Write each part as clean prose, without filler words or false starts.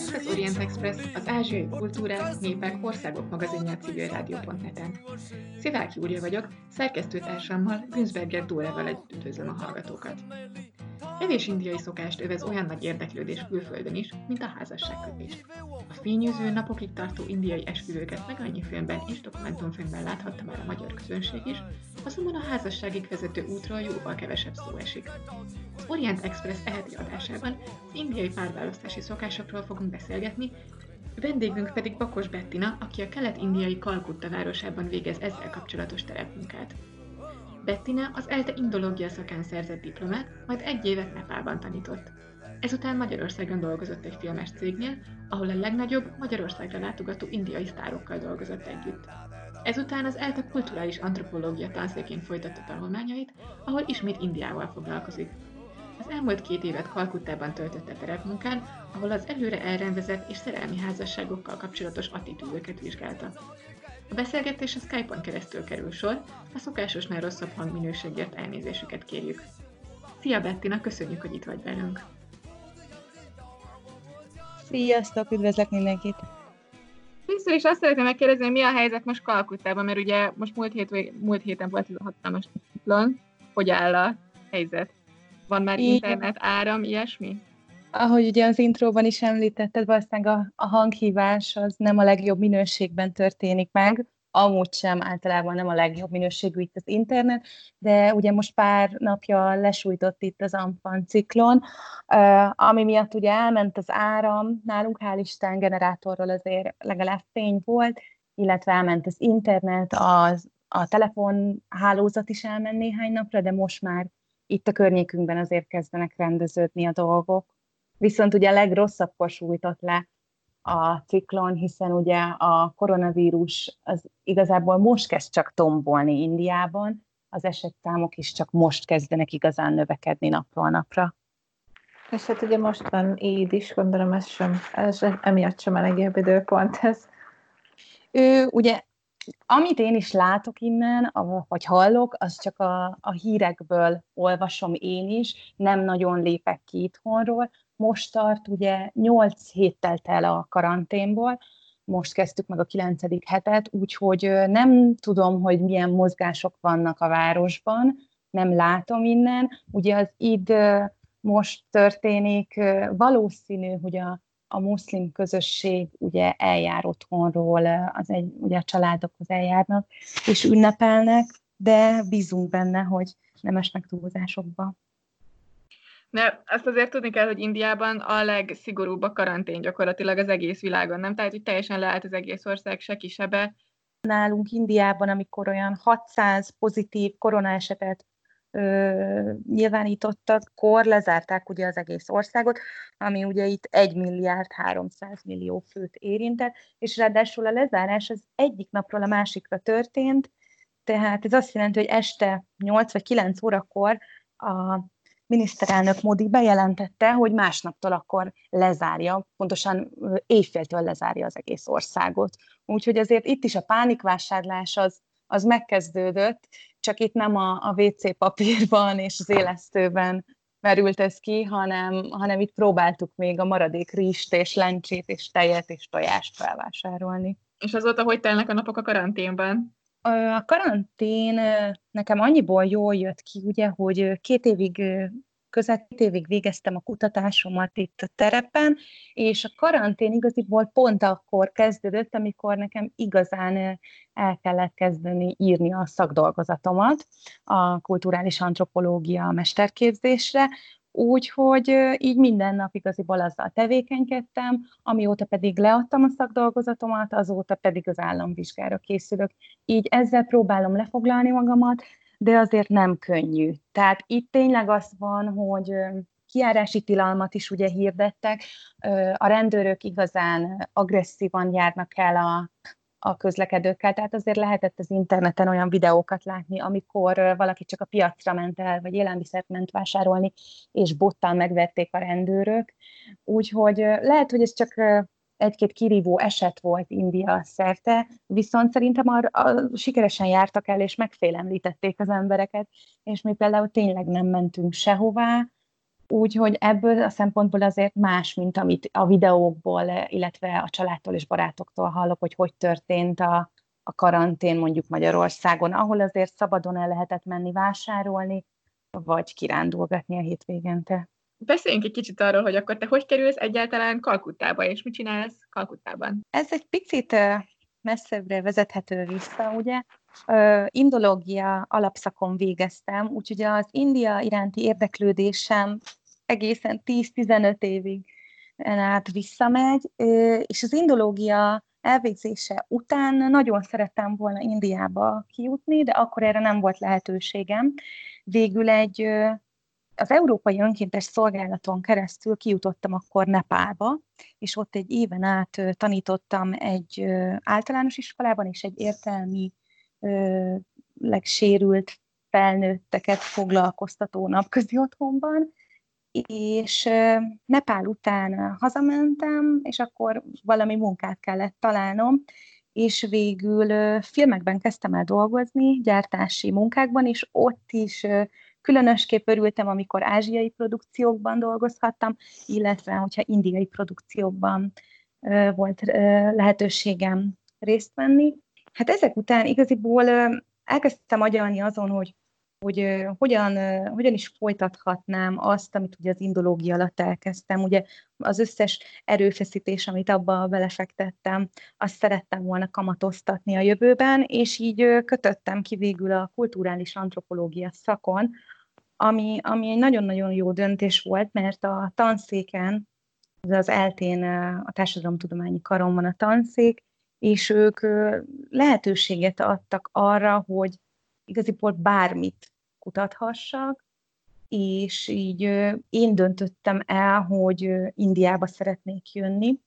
Ez az Orient Express, az ázsiai kultúrák, népek, országok magazinja a civilrádió.net-en. Szilágyi Júlia vagyok, szerkesztőtársammal, Günzberger Dóreval együtt üdvözlöm a hallgatókat. Kevés indiai szokást övez olyan nagy érdeklődés külföldön is, mint a házasságkötés. A fényűző, napokig tartó indiai esküvőket meg annyi filmben és dokumentumfilmben láthatta már a magyar közönség is, azonban a házasságig vezető útról jóval kevesebb szó esik. Az Orient Express eheti adásában az indiai párválasztási szokásokról fogunk beszélgetni, vendégünk pedig Bakos Bettina, aki a kelet-indiai Kalkutta városában végez ezzel kapcsolatos terepmunkát. Bettina az ELTE indológia szakán szerzett diplomát, majd 1 évet Nepálban tanított. Ezután Magyarországon dolgozott egy filmes cégnél, ahol a legnagyobb Magyarországra látogató indiai sztárokkal dolgozott együtt. Ezután az ELTE kulturális antropológia tanszékén folytatta tanulmányait, ahol ismét Indiával foglalkozik. Az elmúlt 2 évet Kalkuttában töltötte terepmunkán, ahol az előre elrendezett és szerelmi házasságokkal kapcsolatos attitűdöket vizsgálta. A beszélgetés a Skype-on keresztül kerül sor, a szokásosnál rosszabb hangminőségért elnézésüket kérjük. Szia Bettina, köszönjük, hogy itt vagy velünk! Sziasztok, üdvözlök mindenkit! Vissza is azt szeretném megkérdezni, hogy mi a helyzet most Kalkuttában, mert ugye most múlt héten volt ez a hatalmas ciklon. Hogy áll a helyzet? Van már internet, áram, ilyesmi? Ahogy ugye az intróban is említetted, valószínűleg a hanghívás az nem a legjobb minőségben történik meg, amúgy sem általában nem a legjobb minőségű itt az internet, de ugye most pár napja lesújtott itt az Amphan ciklon, ami miatt ugye elment az áram, nálunk hál' Isten generátorról azért legalább fény volt, illetve elment az internet, a telefonhálózat is elment néhány napra, de most már itt a környékünkben azért kezdenek rendeződni a dolgok. Viszont ugye a legrosszabbkor sújtott le a ciklon, hiszen ugye a koronavírus az igazából most kezd csak tombolni Indiában, az esetszámok is csak most kezdenek igazán növekedni napról napra. És hát ugye most van Eid is, gondolom ez emiatt sem a legjobb időpont ez. Ugye, amit én is látok innen, vagy hallok, az csak a hírekből olvasom én is, nem nagyon lépek ki itthonról. Most tart, ugye 8 hét telt el a karanténból, most kezdtük meg a 9. hetet, úgyhogy nem tudom, hogy milyen mozgások vannak a városban, nem látom innen. Ugye az Eid most történik, valószínű, hogy a muszlim közösség ugye eljár otthonról, ugye a családokhoz eljárnak és ünnepelnek, de bízunk benne, hogy nem esnek túlzásokba. De azt azért tudni kell, hogy Indiában a legszigorúbb a karantén gyakorlatilag az egész világon, nem? Tehát, hogy teljesen leállt az egész ország, se ki, se be. Nálunk Indiában, amikor olyan 600 pozitív koronaesetet nyilvánítottak, akkor lezárták ugye az egész országot, ami ugye itt 1.300.000.000 főt érintett, és ráadásul a lezárás az egyik napról a másikra történt, tehát ez azt jelenti, hogy este 8 vagy 9 órakor a miniszterelnök Modi bejelentette, hogy másnaptól akkor lezárja, pontosan éjféltől lezárja az egész országot. Úgyhogy azért itt is a pánikvásárlás az megkezdődött, csak itt nem a WC papírban és az élesztőben merült ez ki, hanem itt próbáltuk még a maradék rizst és lencsét és tejet és tojást felvásárolni. És azóta hogy telnek a napok a karanténban? A karantén nekem annyiból jól jött ki, ugye, hogy közel 2 évig végeztem a kutatásomat itt a terepen, és a karantén igaziból pont akkor kezdődött, amikor nekem igazán el kellett kezdeni írni a szakdolgozatomat a kulturális antropológia mesterképzésre, úgyhogy így minden nap igaziból azzal tevékenykedtem, amióta pedig leadtam a szakdolgozatomat, azóta pedig az államvizsgára készülök. Így ezzel próbálom lefoglalni magamat, de azért nem könnyű. Tehát itt tényleg az van, hogy kijárási tilalmat is ugye hirdettek, a rendőrök igazán agresszívan járnak el a közlekedőkkel, tehát azért lehetett az interneten olyan videókat látni, amikor valaki csak a piacra ment el, vagy élelmiszert ment vásárolni, és bottal megverték a rendőrök. Úgyhogy lehet, hogy ez csak 1-2 kirívó eset volt India szerte, viszont szerintem sikeresen jártak el, és megfélemlítették az embereket, és mi például tényleg nem mentünk sehová, Úgyhogy ebből a szempontból azért más, mint amit a videókból, illetve a családtól és barátoktól hallok, hogy történt a karantén mondjuk Magyarországon, ahol azért szabadon el lehetett menni vásárolni, vagy kirándulgatni a hétvégente. Beszéljünk egy kicsit arról, hogy akkor te hogy kerülsz egyáltalán Kalkuttába, és mit csinálsz Kalkuttában? Ez egy picit messzebbre vezethető vissza, ugye? Indológia alapszakon végeztem, úgyhogy az India iránti érdeklődésem egészen 10-15 évig át visszamegy, és az indológia elvégzése után nagyon szerettem volna Indiába kijutni, de akkor erre nem volt lehetőségem. Végül az Európai Önkéntes Szolgálaton keresztül kijutottam akkor Nepálba, és ott egy éven át tanítottam egy általános iskolában és egy értelmi legsérült felnőtteket foglalkoztató napközi otthonban, és Nepál után hazamentem, és akkor valami munkát kellett találnom, és végül filmekben kezdtem el dolgozni, gyártási munkákban, és ott is különösképp örültem, amikor ázsiai produkciókban dolgozhattam, illetve hogyha indiai produkciókban volt lehetőségem részt venni. Hát ezek után igaziból elkezdtem agyalni azon, hogy hogyan is folytathatnám azt, amit ugye az indológia alatt elkezdtem. Ugye az összes erőfeszítés, amit abba belefektettem, azt szerettem volna kamatoztatni a jövőben, és így kötöttem ki végül a kulturális antropológia szakon, ami egy nagyon-nagyon jó döntés volt, mert a tanszéken, az ELTÉN, a Társadalomtudományi Karon van a tanszék, és ők lehetőséget adtak arra, hogy igaziból bármit kutathassak, és így én döntöttem el, hogy Indiába szeretnék jönni,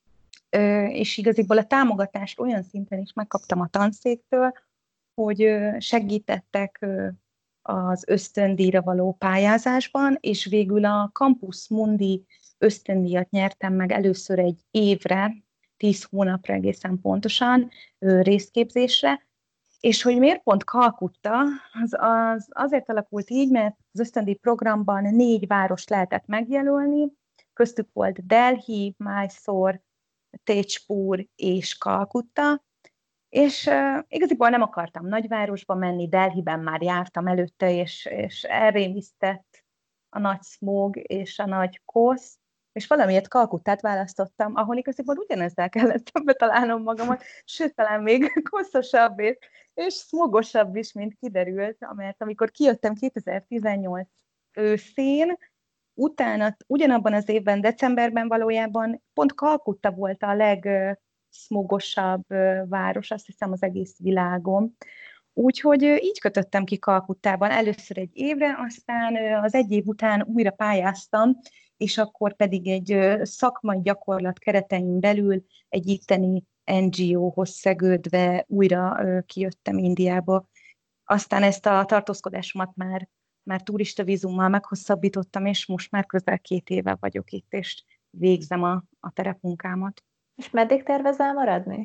és igaziból a támogatást olyan szinten is megkaptam a tanszéktől, hogy segítettek az ösztöndíjra való pályázásban, és végül a Campus Mundi ösztöndíjat nyertem meg először egy évre, 10 hónapra egészen pontosan részképzésre, és hogy miért pont Kalkutta, az azért alakult így, mert az ösztöndíj programban 4 várost lehetett megjelölni, köztük volt Delhi, Mysore, Tejpur és Kalkutta, és igaziból nem akartam nagyvárosba menni, Delhiben már jártam előtte, és elrémisztett a nagy smog és a nagy kosz, és valamiért Kalkuttát választottam, ahol igaziból ugyanezzel kellett betalálnom magamat, sőt, talán még koszosabb és smogosabb is, mint kiderült, mert amikor kijöttem 2018 őszén, utána, ugyanabban az évben, decemberben valójában pont Kalkutta volt a legszmogosabb város, azt hiszem az egész világon. Úgyhogy így kötöttem ki Kalkuttában először egy évre, aztán az egy év után újra pályáztam, és akkor pedig egy szakmai gyakorlat keretein belül egy itteni NGO-hoz szegődve újra kijöttem Indiába. Aztán ezt a tartózkodásomat már turistavízummal meghosszabbítottam, és most már közel 2 éve vagyok itt, és végzem a terepmunkámat. És meddig tervezel maradni?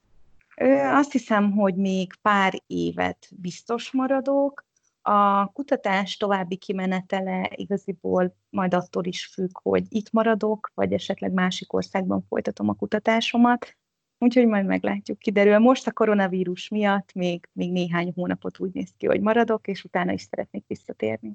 Azt hiszem, hogy még pár évet biztos maradok. A kutatás további kimenetele igaziból majd attól is függ, hogy itt maradok, vagy esetleg másik országban folytatom a kutatásomat. Úgyhogy majd meglátjuk, kiderül. Most a koronavírus miatt még néhány hónapot úgy néz ki, hogy maradok, és utána is szeretnék visszatérni.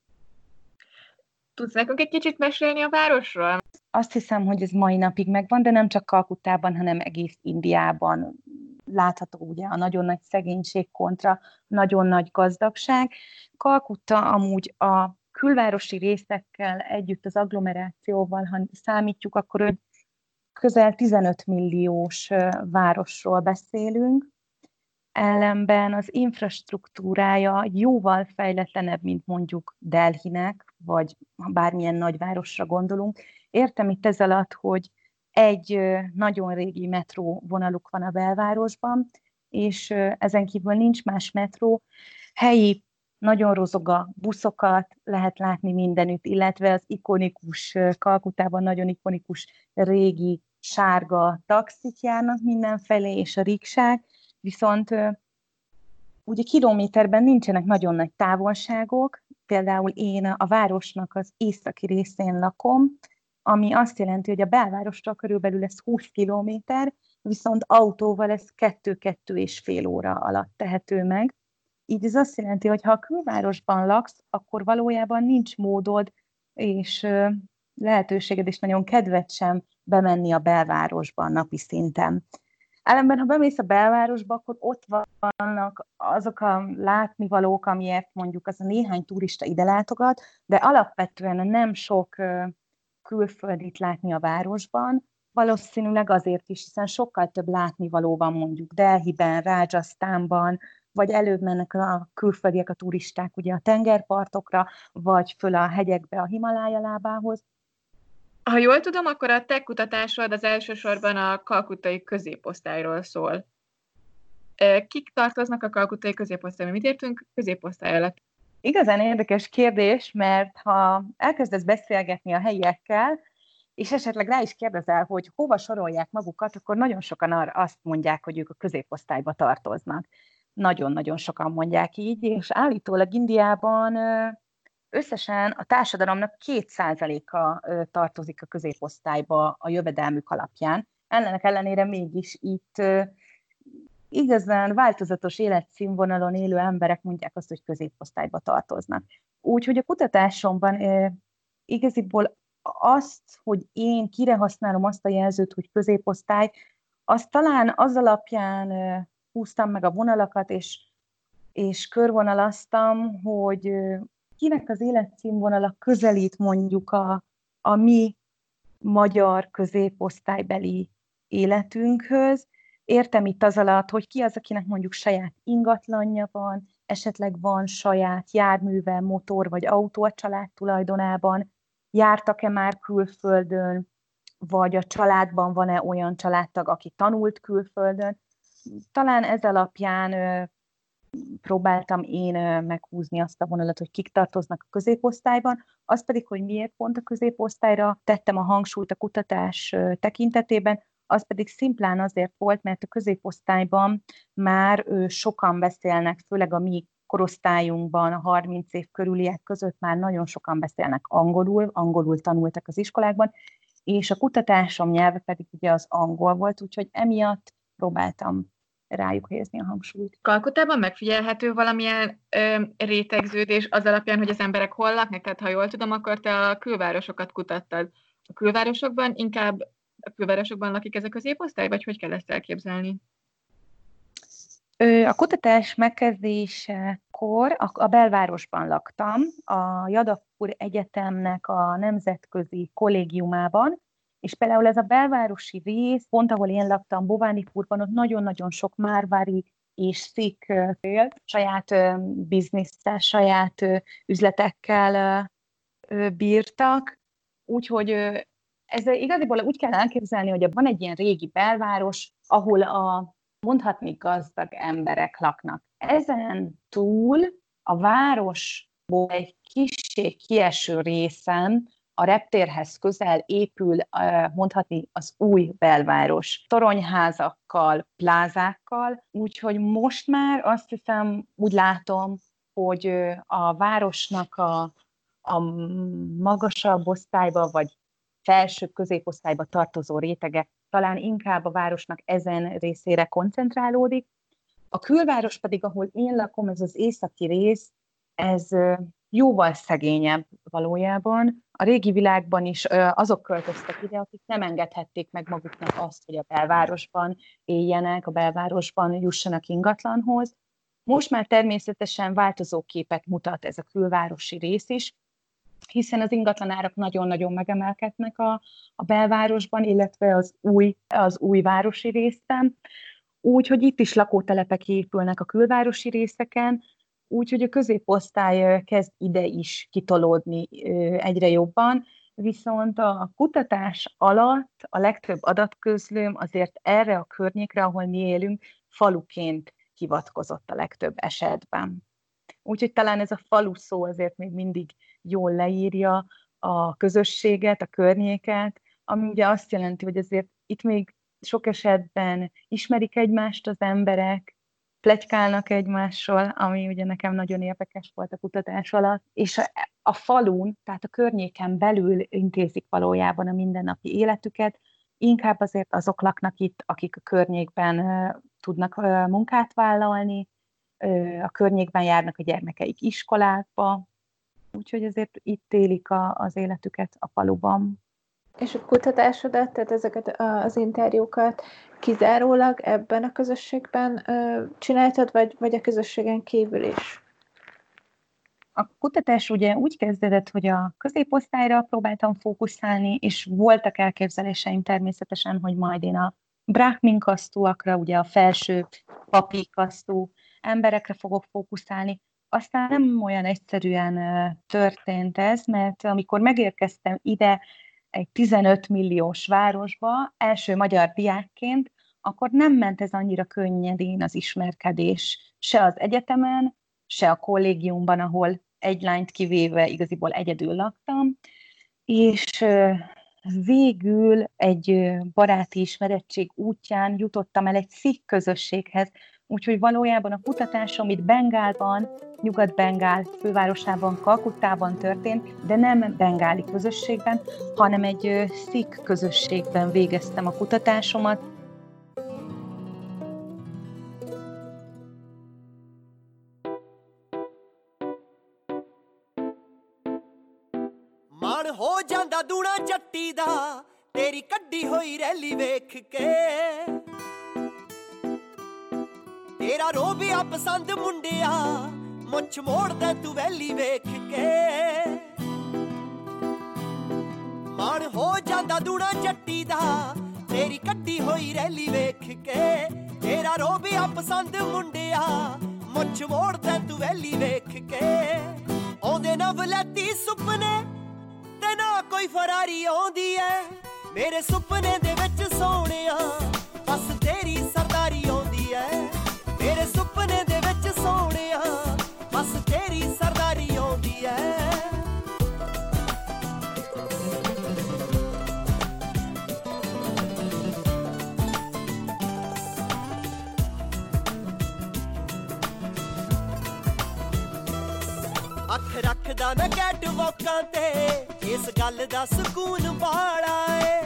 Tudsz nekünk egy kicsit mesélni a városról? Azt hiszem, hogy ez mai napig megvan, de nem csak Kalkuttában, hanem egész Indiában látható ugye a nagyon nagy szegénység kontra nagyon nagy gazdagság. Kalkutta amúgy a külvárosi részekkel együtt az agglomerációval, ha számítjuk, akkor közel 15 milliós városról beszélünk. Ellenben az infrastruktúrája jóval fejletlenebb, mint mondjuk Delhinek, vagy bármilyen nagyvárosra gondolunk. Értem itt ez alatt, hogy egy nagyon régi metró vonaluk van a belvárosban, és ezen kívül nincs más metró. Helyi, nagyon rozoga buszokat lehet látni mindenütt, illetve az ikonikus, Kalkuttában nagyon ikonikus régi sárga taxik járnak mindenfelé, és a riksák, viszont ugye kilométerben nincsenek nagyon nagy távolságok, például én a városnak az északi részén lakom, ami azt jelenti, hogy a belvárostól körülbelül ez 20 kilométer, viszont autóval ez 2-2,5 óra alatt tehető meg. Így ez azt jelenti, hogy ha a külvárosban laksz, akkor valójában nincs módod és lehetőséged is nagyon kedved sem bemenni a belvárosban napi szinten. Ellenben, ha bemész a belvárosba, akkor ott vannak azok a látnivalók, amiért mondjuk az a néhány turista ide látogat, de alapvetően nem sok külföldit látni a városban, valószínűleg azért is, hiszen sokkal több látnivaló van mondjuk Delhiben, Rajasztánban, vagy előbb mennek a külföldiek, a turisták ugye a tengerpartokra, vagy föl a hegyekbe, a Himalája lábához. Ha jól tudom, akkor a te kutatásod az elsősorban a kalkuttai középosztályról szól. Kik tartoznak a kalkuttai középosztályba? Mit értünk középosztály alatt? Igazán érdekes kérdés, mert ha elkezdesz beszélgetni a helyiekkel, és esetleg rá is kérdezel, hogy hova sorolják magukat, akkor nagyon sokan azt mondják, hogy ők a középosztályba tartoznak. Nagyon-nagyon sokan mondják így, és állítólag Indiában összesen a társadalomnak 2%-a tartozik a középosztályba a jövedelmük alapján. Ennek ellenére mégis itt igazán változatos életszínvonalon élő emberek mondják azt, hogy középosztályba tartoznak. Úgyhogy a kutatásomban igaziból azt, hogy én kire használom azt a jelzőt, hogy középosztály, azt talán az alapján húztam meg a vonalakat, és körvonalaztam, hogy kinek az életszínvonala közelít mondjuk a mi magyar középosztálybeli életünkhöz. Értem itt az alatt, hogy ki az, akinek mondjuk saját ingatlanja van, esetleg van saját járműve, motor vagy autó a család tulajdonában, jártak-e már külföldön, vagy a családban van-e olyan családtag, aki tanult külföldön. Talán ez alapján próbáltam én meghúzni azt a vonalat, hogy kik tartoznak a középosztályban, az pedig, hogy miért pont a középosztályra tettem a hangsúlyt a kutatás tekintetében, az pedig szimplán azért volt, mert a középosztályban már sokan beszélnek, főleg a mi korosztályunkban, a 30 év körüliek között már nagyon sokan beszélnek angolul tanultak az iskolákban, és a kutatásom nyelve pedig ugye az angol volt, úgyhogy emiatt próbáltam rájuk helyezni a hangsúlyt. Kalkutában megfigyelhető valamilyen rétegződés az alapján, hogy az emberek hol laknak? Tehát ha jól tudom, akkor te a külvárosokat kutattad. A külvárosokban lakik ez a középosztály, vagy hogy kell ezt elképzelni? A kutatás megkezdésekor a belvárosban laktam, a Jadavpur Egyetemnek a nemzetközi kollégiumában, és például ez a belvárosi rész, pont ahol én laktam, Bovánipurban, ott nagyon-nagyon sok márvári és szik él, saját biznisztel, saját üzletekkel bírtak, úgyhogy ez igaziból úgy kell elképzelni, hogy van egy ilyen régi belváros, ahol mondhatni gazdag emberek laknak. Ezen túl a városból egy kissé kieső részen a reptérhez közel épül, mondhatni, az új belváros toronyházakkal, plázákkal, úgyhogy most már azt hiszem, úgy látom, hogy a városnak a magasabb osztályba, vagy felső középosztályba tartozó rétege talán inkább a városnak ezen részére koncentrálódik. A külváros pedig, ahol én lakom, ez az északi rész, ez jóval szegényebb valójában. A régi világban is azok költöztek ide, akik nem engedhették meg maguknak azt, hogy a belvárosban éljenek, a belvárosban jussanak ingatlanhoz. Most már természetesen változó képet mutat ez a külvárosi rész is, hiszen az ingatlanárak nagyon-nagyon megemelkednek a belvárosban, illetve az új városi részben. Úgyhogy itt is lakótelepek épülnek a külvárosi részeken, úgyhogy a középosztály kezd ide is kitolódni egyre jobban, viszont a kutatás alatt a legtöbb adatközlőm azért erre a környékre, ahol mi élünk, faluként hivatkozott a legtöbb esetben. Úgyhogy talán ez a falu szó azért még mindig jól leírja a közösséget, a környéket, ami ugye azt jelenti, hogy azért itt még sok esetben ismerik egymást az emberek, pletykálnak egymásról, ami ugye nekem nagyon érdekes volt a kutatás alatt, és a falun, tehát a környéken belül intézik valójában a mindennapi életüket, inkább azért azok laknak itt, akik a környékben tudnak munkát vállalni, a környékben járnak a gyermekeik iskolákba, úgyhogy azért itt élik az életüket a faluban. És a kutatásodat, tehát ezeket az interjúkat kizárólag ebben a közösségben csináltad, vagy a közösségen kívül is? A kutatás ugye úgy kezdődött, hogy a középosztályra próbáltam fókuszálni, és voltak elképzeléseim természetesen, hogy majd én a brahmin kasztúakra, ugye a felső papi kasztú emberekre fogok fókuszálni. Aztán nem olyan egyszerűen történt ez, mert amikor megérkeztem ide egy 15 milliós városba, első magyar diákként, akkor nem ment ez annyira könnyedén az ismerkedés, se az egyetemen, se a kollégiumban, ahol egy lányt kivéve igaziból egyedül laktam, és végül egy baráti ismerettség útján jutottam el egy szikh közösséghez, úgyhogy valójában a kutatásom itt Bengálban, Nyugat-Bengál fővárosában, Kalkuttában történt, de nem bengáli közösségben, hanem egy szikh közösségben végeztem a kutatásomat. ਮਨ ਹੋ ਜਾਂਦਾ ਦੂਣਾ ਚੱਟੀ ਦਾ ਤੇਰੀ ਕੱਢੀ ਹੋਈ ਰੈਲੀ ਵੇਖ ਕੇ ਤੇਰਾ ਰੋਬਿਆ ਪਸੰਦ ਮੁੰਡਿਆ ਮੁੱਛ ਮੋੜਦਾ ਤੂੰ ਵੈਲੀ ਵੇਖ ਕੇ ਮਨ ਹੋ ਜਾਂਦਾ ਦੂਣਾ ਚੱਟੀ ਦਾ ਤੇਰੀ ਕੱਢੀ ਹੋਈ ਰੈਲੀ ਵੇਖ ਕੇ ਤੇਰਾ ਰੋਬਿਆ ਪਸੰਦ ਮੁੰਡਿਆ ਮੁੱਛ ਮੋੜਦਾ ਤੂੰ ਵੈਲੀ ਵੇਖ ਕੇ ਆਉਂਦੇ ਨਾ ਵਲੈਤੀ ਸੁਪਨੇ ਤੇ ਨਾ ਕੋਈ ਫਰਾਰੀ ਆਉਂਦੀ ਐ ਮੇਰੇ ਸੁਪਨੇ ਦੇ ਵਿੱਚ ਸੋਹਣਿਆ ਬਸ ਤੇਰੀ ਸਰਦਾਰੀ ਆਉਂਦੀ ਐ ਮੇਰੇ ਸੁਪਨੇ ਦੇ ਵਿੱਚ ਸੋਹਣਿਆ ਬਸ ਤੇਰੀ ਸਰਦਾਰੀ ਆਉਂਦੀ ਐ ਅੱਖ ਰੱਖਦਾ ਮੈਂ ਕੈਟ ਵਾਕਾਂ ਤੇ ਇਸ ਗੱਲ ਦਾ ਸਕੂਨ ਬਾਲਾ ਏ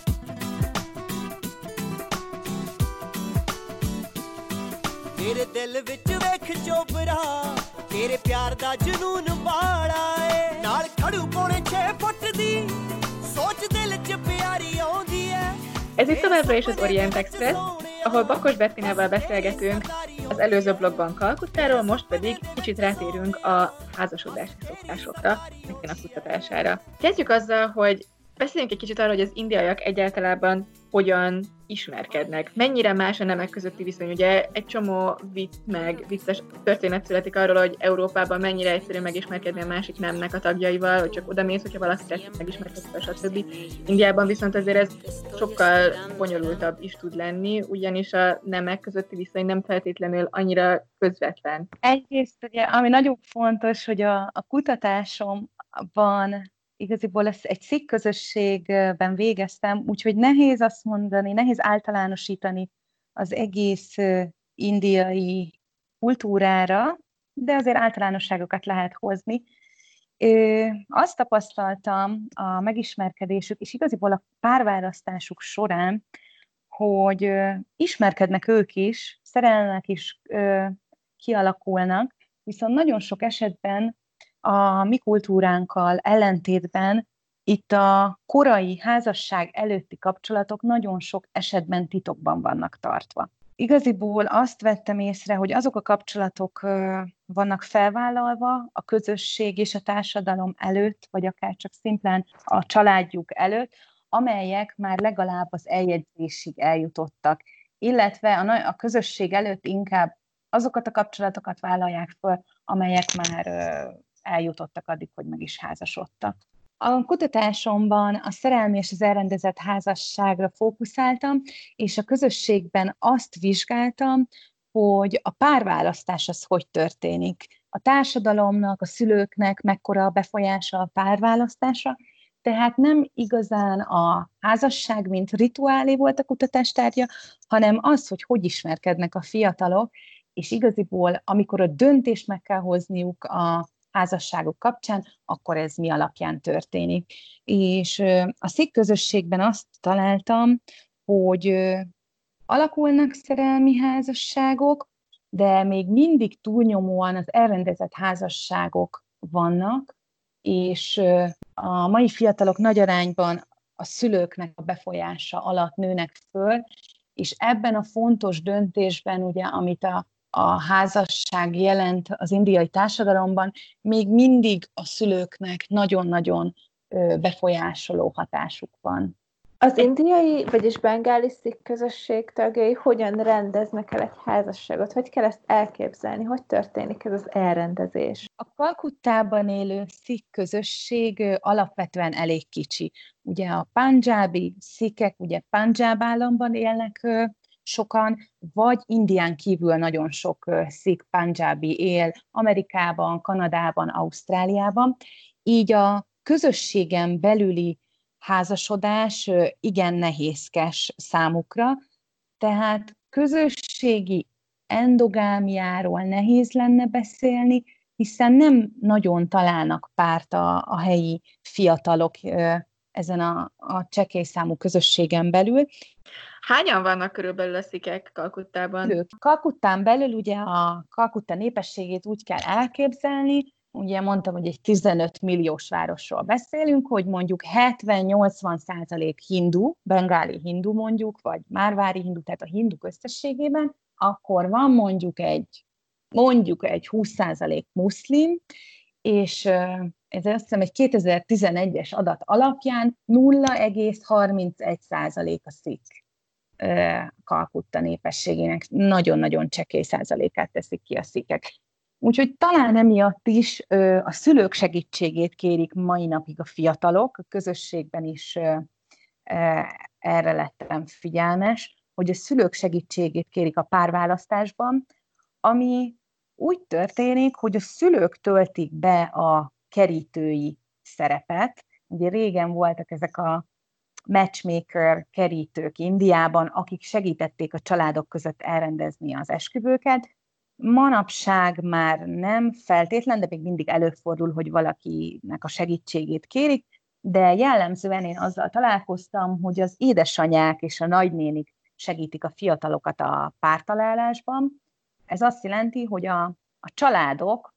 ਤੇਰੇ ਦਿਲ ਵਿੱਚ ਵੇਖ ਚੋਬਰਾ ਤੇਰੇ ਪਿਆਰ ਦਾ ਜਨੂਨ ਬਾਲਾ ਏ ਨਾਲ ਖੜੂ ਪੌਣੇ 6 ਫੁੱਟ ਦੀ ਸੋਚ ਦਿਲ 'ਚ ਪਿਆਰੀ ਆਉਂਦੀ ਏ Ez itt továbbra is az Orient Express, ahol Bakos Bettinával beszélgetünk az előző blogban Kalkuttáról, most pedig kicsit rátérünk a házasodási szokásokra, a kutatására. Kezdjük azzal, hogy beszéljünk egy kicsit arról, hogy az indiaiak egyáltalán hogyan ismerkednek. Mennyire más a nemek közötti viszony? Ugye egy csomó vicces történet születik arról, hogy Európában mennyire egyszerű megismerkedni a másik nemnek a tagjaival, hogy csak odamész, hogyha valaki tetszik megismerkedni, stb. Indiában viszont azért ez sokkal bonyolultabb is tud lenni, ugyanis a nemek közötti viszony nem feltétlenül annyira közvetlen. Egyrészt ugye, ami nagyon fontos, hogy a kutatásomban igaziból ezt egy szikh közösségben végeztem, úgyhogy nehéz azt mondani, nehéz általánosítani az egész indiai kultúrára, de azért általánosságokat lehet hozni. Azt tapasztaltam a megismerkedésük, és igaziból a párválasztásuk során, hogy ismerkednek ők is, szerelmek is kialakulnak, viszont nagyon sok esetben a mi kultúránkkal ellentétben itt a korai házasság előtti kapcsolatok nagyon sok esetben titokban vannak tartva. Igaziból azt vettem észre, hogy azok a kapcsolatok vannak felvállalva a közösség és a társadalom előtt, vagy akár csak szimplán a családjuk előtt, amelyek már legalább az eljegyzésig eljutottak, illetve a közösség előtt inkább azokat a kapcsolatokat vállalják föl, amelyek már eljutottak addig, hogy meg is házasodtak. A kutatásomban a szerelmi és az elrendezett házasságra fókuszáltam, és a közösségben azt vizsgáltam, hogy a párválasztás az hogy történik. A társadalomnak, a szülőknek mekkora a befolyása a párválasztásra, tehát nem igazán a házasság, mint rituálé volt a kutatástárgya, hanem az, hogy ismerkednek a fiatalok, és igaziból, amikor a döntést meg kell hozniuk a házasságok kapcsán, akkor ez mi alapján történik. És a szik közösségben azt találtam, hogy alakulnak szerelmi házasságok, de még mindig túlnyomóan az elrendezett házasságok vannak, és a mai fiatalok nagy arányban a szülőknek a befolyása alatt nőnek föl, és ebben a fontos döntésben, ugye, amit a házasság jelent az indiai társadalomban, még mindig a szülőknek nagyon-nagyon befolyásoló hatásuk van. Az indiai, vagyis bengáli szik közösség tagjai hogyan rendeznek el egy házasságot? Hogy kell ezt elképzelni? Hogy történik ez az elrendezés? A Kalkuttában élő szik közösség alapvetően elég kicsi. Ugye a pandzsábi szikek, ugye Pandzsáb államban élnek sokan, vagy Indián kívül nagyon sok szik pandzsábi él Amerikában, Kanadában, Ausztráliában. Így a közösségen belüli házasodás igen nehézkes számukra, tehát közösségi endogámiáról nehéz lenne beszélni, hiszen nem nagyon találnak párt a helyi fiatalok ezen a csekély számú közösségen belül. Hányan vannak körülbelül a szikek Kalkuttában? Kalkuttán belül ugye a Kalkutta népességét úgy kell elképzelni, ugye mondtam, hogy egy 15 milliós városról beszélünk, hogy mondjuk 70-80% hindu, bengáli hindu mondjuk, vagy márvári hindu, tehát a hinduk összességében, akkor van mondjuk egy 20% muszlim, és ez azt hiszem egy 2011-es adat alapján 0,31% a szik Kalkutta népességének. Nagyon-nagyon csekély százalékát teszik ki a szikek. Úgyhogy talán emiatt is a szülők segítségét kérik mai napig a fiatalok, a közösségben is erre lettem figyelmes, hogy a szülők segítségét kérik a párválasztásban, ami úgy történik, hogy a szülők töltik be a kerítői szerepet. Ugye régen voltak ezek a matchmaker kerítők Indiában, akik segítették a családok között elrendezni az esküvőket. Manapság már nem feltétlen, de még mindig előfordul, hogy valakinek a segítségét kérik, de jellemzően én azzal találkoztam, hogy az édesanyák és a nagynénik segítik a fiatalokat a pártalálásban. Ez azt jelenti, hogy a családok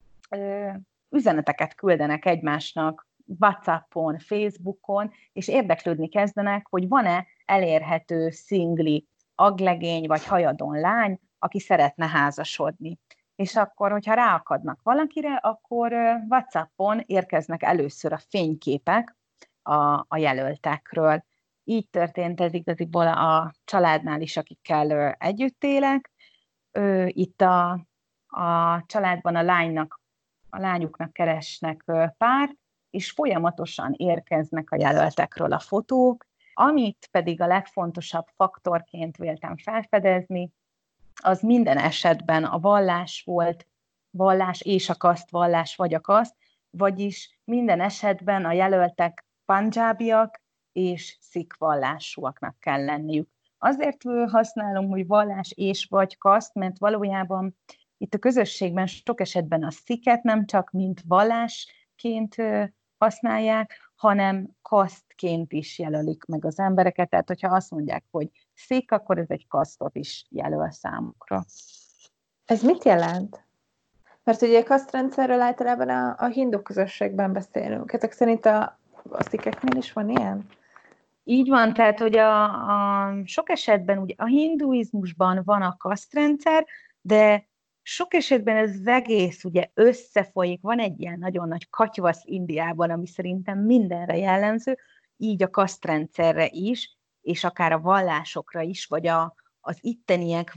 üzeneteket küldenek egymásnak WhatsAppon, Facebookon, és érdeklődni kezdenek, hogy van-e elérhető szingli aglegény vagy hajadon lány, aki szeretne házasodni. És akkor, hogyha ráakadnak valakire, akkor WhatsAppon érkeznek először a fényképek a jelöltekről. Így történt ez igaziból a családnál is, akikkel együtt élek. Itt a családban a lányuknak keresnek párt, és folyamatosan érkeznek a jelöltekről a fotók, amit pedig a legfontosabb faktorként véltem felfedezni, az minden esetben a vallás volt, vallás és a kaszt, vallás vagy a kaszt, vagyis minden esetben a jelöltek pandzsábiak és szik vallásúaknak kell lenniük. Azért használom, hogy vallás és vagy kaszt, mert valójában itt a közösségben sok esetben a sziket nem csak mint vallásként használják, hanem kasztként is jelölik meg az embereket. Tehát, hogyha azt mondják, hogy szik, akkor ez egy kasztot is jelöl számukra. Ez mit jelent? Mert ugye a kasztrendszerről általában a hindu közösségben beszélünk. Ezek szerint a szikeknél is van ilyen? Így van, tehát hogy a sok esetben ugye a hinduizmusban van a kasztrendszer, de sok esetben ez az egész ugye összefolyik, van egy ilyen nagyon nagy katyvasz Indiában, ami szerintem mindenre jellemző, így a kasztrendszerre is, és akár a vallásokra is, vagy az itteniek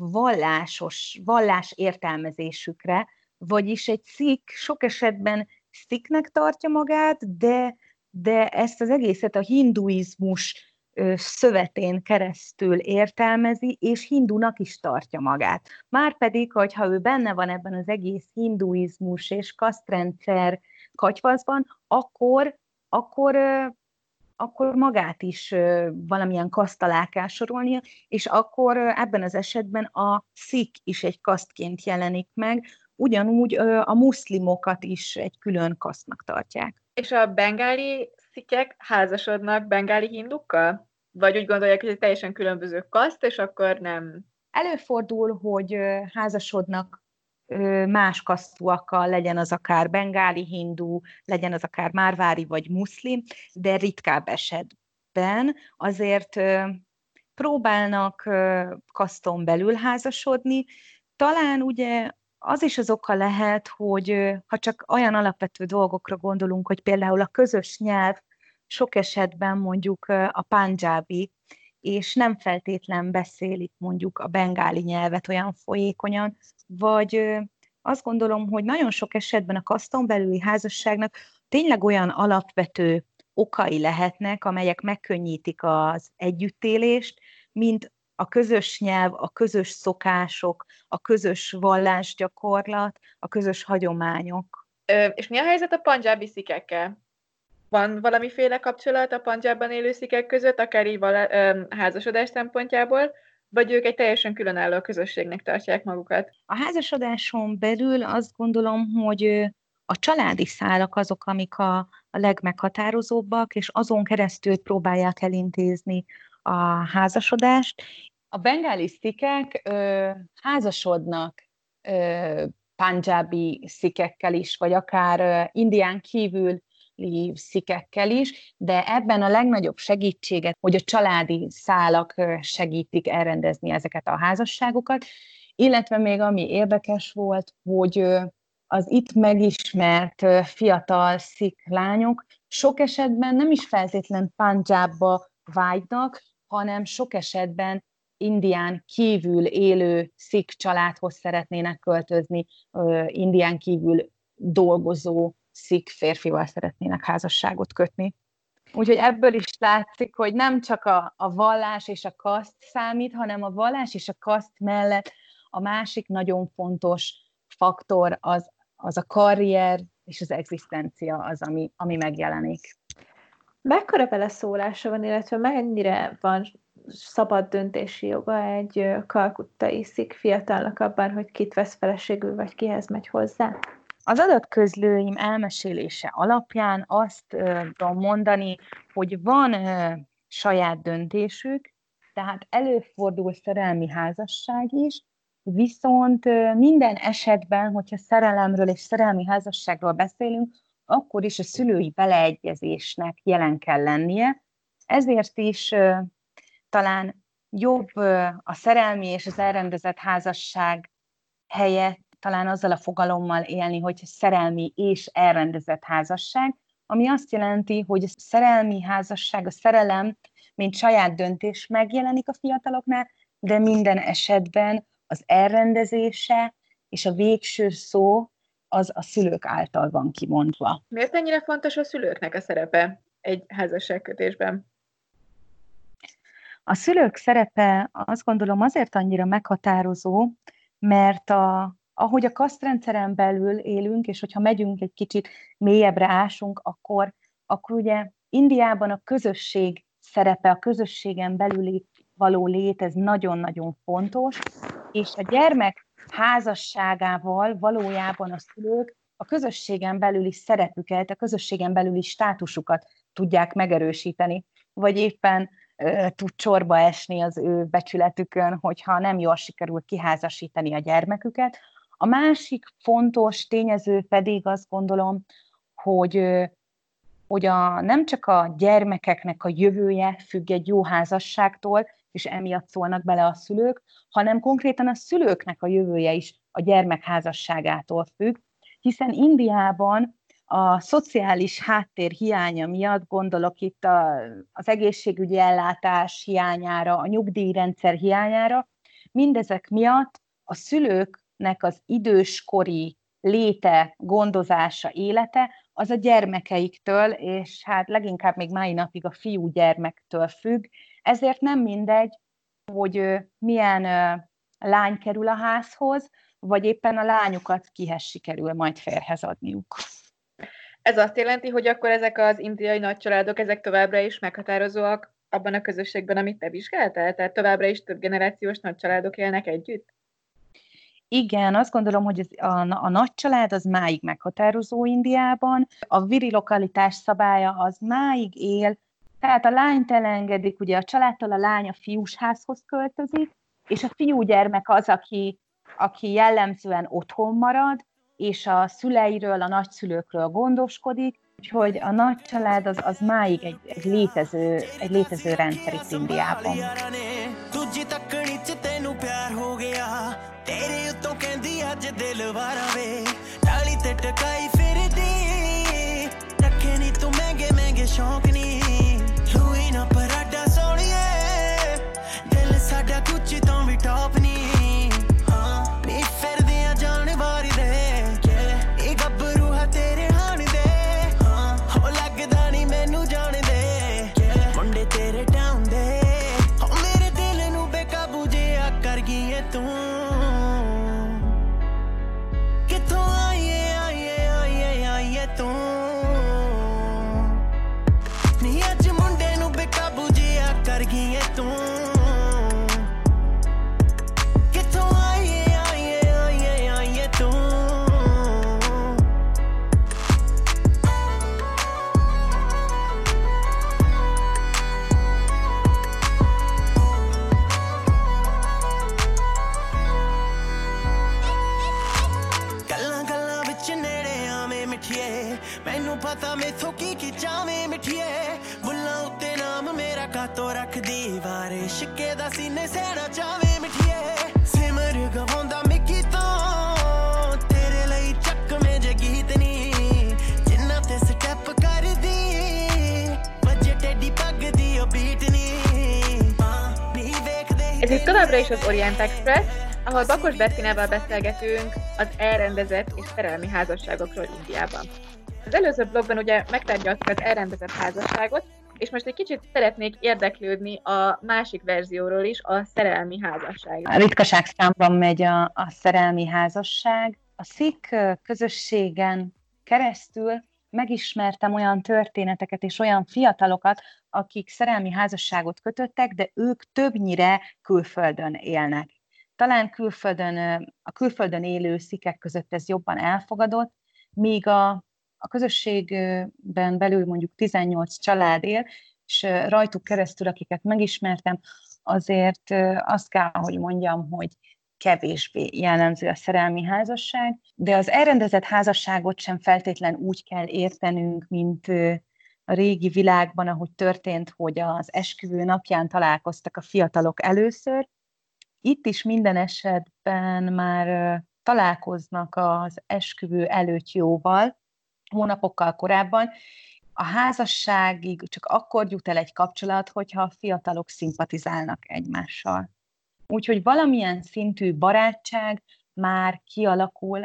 vallás értelmezésükre, vagyis egy szik sok esetben sziknek tartja magát, de ezt az egészet a hinduizmus szövetén keresztül értelmezi, és hindunak is tartja magát. Márpedig, hogyha ő benne van ebben az egész hinduizmus és kasztrendszer katyvaszban, akkor akkor magát is valamilyen kaszt alá kell sorolnia, és akkor ebben az esetben a szik is egy kasztként jelenik meg, ugyanúgy a muszlimokat is egy külön kasztnak tartják. És a bengáli szikek házasodnak bengáli hindukkal? Vagy úgy gondolják, hogy ez teljesen különböző kaszt, és akkor nem? Előfordul, hogy házasodnak más kasztúakkal, legyen az akár bengáli hindu, legyen az akár márvári vagy muszlim, de ritkább esetben azért próbálnak kaszton belül házasodni. Talán ugye az is az oka lehet, hogy ha csak olyan alapvető dolgokra gondolunk, hogy például a közös nyelv sok esetben mondjuk a pandzsábi, és nem feltétlen beszélik mondjuk a bengáli nyelvet olyan folyékonyan, vagy azt gondolom, hogy nagyon sok esetben a kaszton belüli házasságnak tényleg olyan alapvető okai lehetnek, amelyek megkönnyítik az együttélést, mint a közös nyelv, a közös szokások, a közös vallásgyakorlat, a közös hagyományok. És mi a helyzet a pandzsábi szikekkel? Van valamiféle kapcsolat a Pandzsábban élő szikek között, akár így házasodás szempontjából, vagy ők egy teljesen különálló közösségnek tartják magukat? A házasodáson belül azt gondolom, hogy a családi szálak azok, amik a legmeghatározóbbak, és azon keresztül próbálják elintézni a házasodást. A bengáli szikek házasodnak pandzsábi szikekkel is, vagy akár Indián kívül szikekkel is, de ebben a legnagyobb segítséget, hogy a családi szálak segítik elrendezni ezeket a házasságokat, illetve még ami érdekes volt, hogy az itt megismert fiatal szik lányok sok esetben nem is feltétlen Pandzsábba vágynak, hanem sok esetben Indián kívül élő szik családhoz szeretnének költözni, Indián kívül dolgozó szik férfival szeretnének házasságot kötni. Úgyhogy ebből is látszik, hogy nem csak a vallás és a kaszt számít, hanem a vallás és a kaszt mellett a másik nagyon fontos faktor az a karrier és az egzisztencia az, ami megjelenik. Mekkora beleszólása van, illetve mennyire van szabad döntési joga egy kalkuttai szik fiatalnak abban, hogy kit vesz feleségül, vagy kihez megy hozzá? Az adatközlőim elmesélése alapján azt tudom mondani, hogy van saját döntésük, tehát előfordul szerelmi házasság is, viszont minden esetben, hogyha szerelemről és szerelmi házasságról beszélünk, akkor is a szülői beleegyezésnek jelen kell lennie. Ezért is talán jobb a szerelmi és az elrendezett házasság helyett talán azzal a fogalommal élni, hogy szerelmi és elrendezett házasság, ami azt jelenti, hogy a szerelmi házasság, a szerelem, mint saját döntés megjelenik a fiataloknál, de minden esetben az elrendezése és a végső szó az a szülők által van kimondva. Miért ennyire fontos a szülőknek a szerepe egy házasságkötésben? A szülők szerepe azt gondolom azért annyira meghatározó, mert ahogy a kasztrendszeren belül élünk, és hogyha megyünk egy kicsit mélyebbre ásunk, akkor ugye Indiában a közösség szerepe, a közösségen belüli való lét, ez nagyon-nagyon fontos, és a gyermek házasságával valójában a szülők a közösségen belüli szerepüket, a közösségen belüli státusukat tudják megerősíteni, vagy éppen tud csorba esni az ő becsületükön, hogyha nem jól sikerül kiházasítani a gyermeküket. A másik fontos tényező pedig azt gondolom, hogy nem csak a gyermekeknek a jövője függ egy jó házasságtól, és emiatt szólnak bele a szülők, hanem konkrétan a szülőknek a jövője is a gyermek házasságától függ, hiszen Indiában a szociális háttér hiánya miatt, gondolok itt az egészségügyi ellátás hiányára, a nyugdíjrendszer hiányára, mindezek miatt a szülőknek az időskori léte, gondozása, élete, az a gyermekeiktől, és hát leginkább még mai napig a fiúgyermektől függ, ezért nem mindegy, hogy milyen lány kerül a házhoz, vagy éppen a lányukat kihez sikerül majd férhez adniuk. Ez azt jelenti, hogy akkor ezek az indiai nagycsaládok, ezek továbbra is meghatározóak abban a közösségben, amit te vizsgáltál? Tehát továbbra is több generációs nagycsaládok élnek együtt? Igen, azt gondolom, hogy a nagycsalád az máig meghatározó Indiában, a viri lokalitás szabálya az máig él, tehát a lányt elengedik, ugye a családtól a lány a fiúsházhoz költözik, és a fiúgyermek az, aki jellemzően otthon marad, és a szüleiről, a nagyszülőkről gondoskodik, úgyhogy a nagycsalád az máig egy létező rendszer itt Indiában. ਤੇਰੇ ਉੱਤੋਂ ਕਹਿੰਦੀ ਅੱਜ ਦਿਲ ਵਾਰਾ ਵੇ ਟਾਲੀ ਤੇ ਟਕਾਈ ਫਿਰਦੀ ਰੱਖੇ ਨੀ ਤੂੰ ਮਹਿੰਗੇ ਮਹਿੰਗੇ ਸ਼ੌਂਕ ਨੀ ਲੂਈ ਨਾ ਪਰਾਡਾ ਸੋਹਣੀਏ ਦਿਲ ਸਾਡਾ ਕੁਝ ਤੋਂ ਵੀ ਟੌਪ ਨੀ ਹਾਂ ਨੀ ਫਿਰਦੇ ਆ ਜਾਣ ਵਾਰੀ ਦੇ ਇਹ ਗੱਭਰੂ ਹੈ ਤੇਰੇ ਹਾਣ ਦੇ ਹਾਂ ਹੋ ਲੱਗਦਾ ਨੀ ਮੈਨੂੰ ਜਾਣਦੇ ਮੁੰਡੇ ਤੇਰੇ ਟਾਉਣ ਦੇ ਹੋ ਮੇਰੇ ਦਿਲ ਨੂੰ ਬੇਕਾਬੂ ਜਿਹਾ ਕਰ ਗਈ ਏ ਤੂੰ ਪਤਾ ਮੈਥੋਂ ਕੀ ਚਾਵੇਂ ਮਿੱਠੀਏ ਬੁੱਲਾਂ ਉੱਤੇ ਨਾਮ ਮੇਰਾ ਕਾਤੋਂ ਰੱਖਦੀ ਵਾਰੇ ਸ਼ਿੱਕੇ ਦਾ ਸੀਨੇ ਸਹਿਣਾ ਚਾਵੇਂ ਮਿੱਠੀਏ ਸਿਮਰ ਗਵਾਉਂਦਾ ਮਿੱਕੀ ਤੋਂ ਤੇਰੇ ਲਈ ਚੱਕਵੇਂ ਜੇ ਗੀਤ ਨੀ ਜਿੰਨਾ ਤੇ ਸਟੈਪ ਕਰਦੀ ਵੱਜੇ ਟੇਡੀ ਪੱਗ ਦੀ ਉਹ ਬੀਟ ਨੀ ਨੀ ਵੇਖਦੇ Ez itt továbbra is az Orient Express, ahol Bakos Bettinával beszélgetünk az elrendezett és szerelmi házasságokról Indiában. Az előző blogban ugye megtárgyaltuk az elrendezett házasságot, és most egy kicsit szeretnék érdeklődni a másik verzióról is, a szerelmi házasság. A ritkaság számban megy a szerelmi házasság. A szik közösségen keresztül megismertem olyan történeteket és olyan fiatalokat, akik szerelmi házasságot kötöttek, de ők többnyire külföldön élnek. Talán a külföldön élő szikek között ez jobban elfogadott, míg a közösségben belül mondjuk 18 család él, és rajtuk keresztül, akiket megismertem, azért azt kell, hogy mondjam, hogy kevésbé jellemző a szerelmi házasság, de az elrendezett házasságot sem feltétlen úgy kell értenünk, mint a régi világban, ahogy történt, hogy az esküvő napján találkoztak a fiatalok először. Itt is minden esetben már találkoznak az esküvő előtt jóval, hónapokkal korábban. A házasságig csak akkor jut el egy kapcsolat, hogyha a fiatalok szimpatizálnak egymással. Úgyhogy valamilyen szintű barátság már kialakul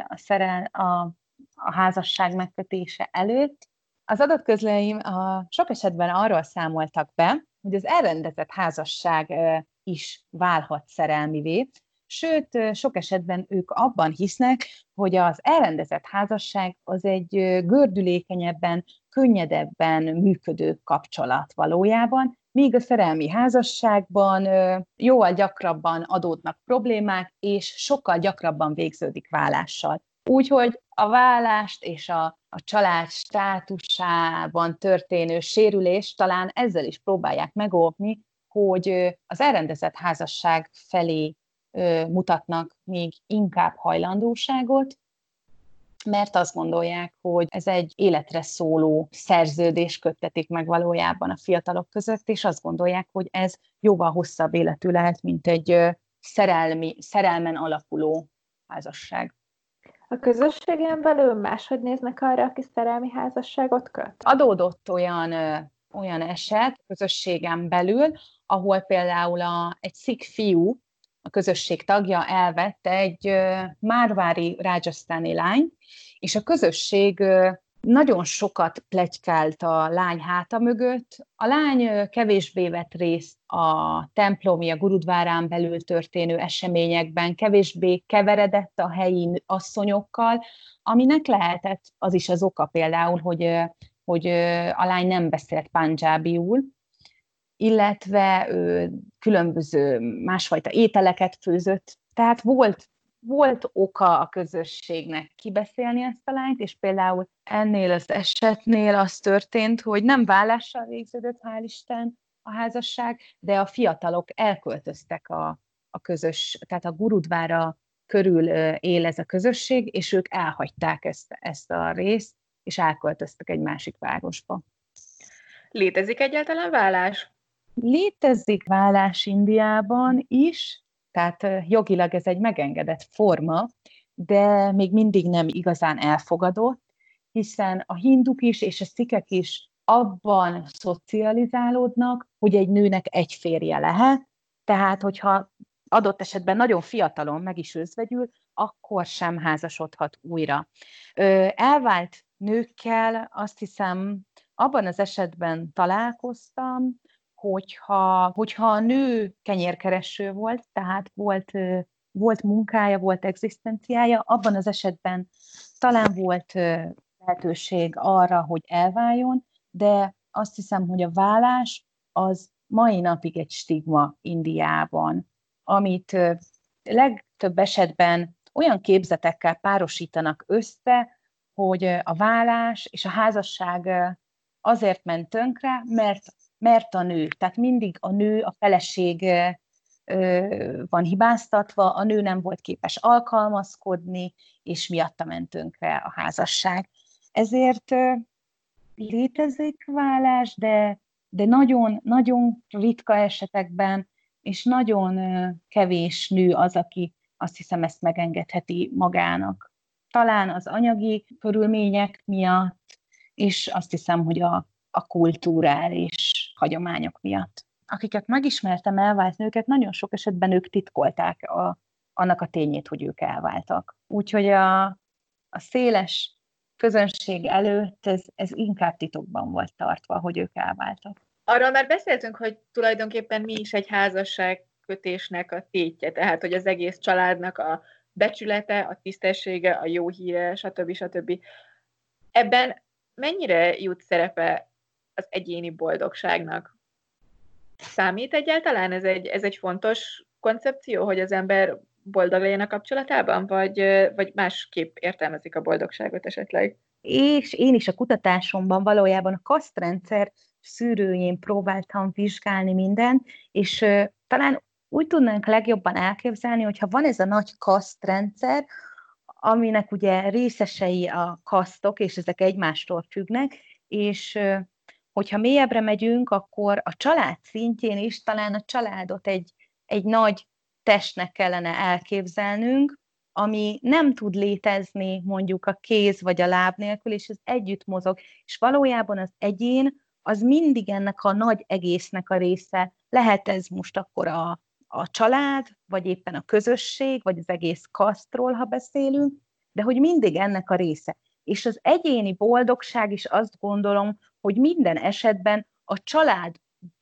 a házasság megkötése előtt. Az adatközlőim sok esetben arról számoltak be, hogy az elrendezett házasság is válhat szerelmivé, sőt, sok esetben ők abban hisznek, hogy az elrendezett házasság az egy gördülékenyebben, könnyedebben működő kapcsolat valójában, míg a szerelmi házasságban jóval gyakrabban adódnak problémák, és sokkal gyakrabban végződik válással. Úgyhogy a válást és a család státusában történő sérülést talán ezzel is próbálják megóvni, hogy az elrendezett házasság felé mutatnak még inkább hajlandóságot, mert azt gondolják, hogy ez egy életre szóló szerződés köttetik meg valójában a fiatalok között, és azt gondolják, hogy ez jóval hosszabb életű lehet, mint egy szerelmen alapuló házasság. A közösségen belül máshogy néznek arra, aki szerelmi házasságot köt? Adódott olyan eset közösségen belül, ahol például egy szik fiú, a közösség tagja elvette egy márvári rádzsasztáni lányt, és a közösség nagyon sokat pletykált a lány háta mögött. A lány kevésbé vett részt a templomi, a Gurudvárán belül történő eseményekben, kevésbé keveredett a helyi asszonyokkal, aminek lehetett az is az oka például, hogy a lány nem beszélt pandzsábiul, illetve különböző másfajta ételeket főzött. Tehát volt oka a közösségnek kibeszélni ezt a lányt, és például ennél az esetnél az történt, hogy nem vállással végződött, hál' Isten, a házasság, de a fiatalok elköltöztek tehát a Gurudvára körül él ez a közösség, és ők elhagyták ezt a részt, és elköltöztek egy másik városba. Létezik egyáltalán vállás? Létezik vállás Indiában is, tehát jogilag ez egy megengedett forma, de még mindig nem igazán elfogadott, hiszen a hinduk is és a szikek is abban szocializálódnak, hogy egy nőnek egy férje lehet, tehát hogyha adott esetben nagyon fiatalon meg is özvegyül, akkor sem házasodhat újra. Elvált nőkkel azt hiszem, abban az esetben találkoztam, hogyha a nő kenyérkereső volt, tehát volt munkája, volt egzisztenciája, abban az esetben talán volt lehetőség arra, hogy elváljon, de azt hiszem, hogy a vállás az mai napig egy stigma Indiában, amit legtöbb esetben olyan képzetekkel párosítanak össze, hogy a vállás és a házasság azért ment tönkre, mert a nő, tehát mindig a nő, a feleség van hibáztatva, a nő nem volt képes alkalmazkodni, és miatta ment tönkre a házasság. Ezért létezik vállás, de nagyon, nagyon ritka esetekben, és nagyon kevés nő az, aki azt hiszem ezt megengedheti magának. Talán az anyagi körülmények miatt, és azt hiszem, hogy a kulturális hagyományok miatt. Akiket megismertem, elvált nőket, nagyon sok esetben ők titkolták annak a tényét, hogy ők elváltak. Úgyhogy a széles közönség előtt ez inkább titokban volt tartva, hogy ők elváltak. Arról már beszéltünk, hogy tulajdonképpen mi is egy házasságkötésnek a tétje, tehát hogy az egész családnak a becsülete, a tisztessége, a jó híre, stb. Ebben mennyire jut szerepe az egyéni boldogságnak? Számít egyáltalán? Ez egy fontos koncepció, hogy az ember boldog legyen a kapcsolatában, vagy másképp értelmezik a boldogságot esetleg? És én is a kutatásomban valójában a kasztrendszer szűrőjén próbáltam vizsgálni mindent, és talán úgy tudnánk legjobban elképzelni, hogyha van ez a nagy kasztrendszer, aminek ugye részesei a kasztok, és ezek egymástól függnek, és hogyha mélyebbre megyünk, akkor a család szintjén is talán a családot egy nagy testnek kellene elképzelnünk, ami nem tud létezni mondjuk a kéz vagy a láb nélkül, és ez együtt mozog. És valójában az egyén az mindig ennek a nagy egésznek a része. Lehet ez most akkor a család, vagy éppen a közösség, vagy az egész kasztról, ha beszélünk, de hogy mindig ennek a része. És az egyéni boldogság is azt gondolom, hogy minden esetben a család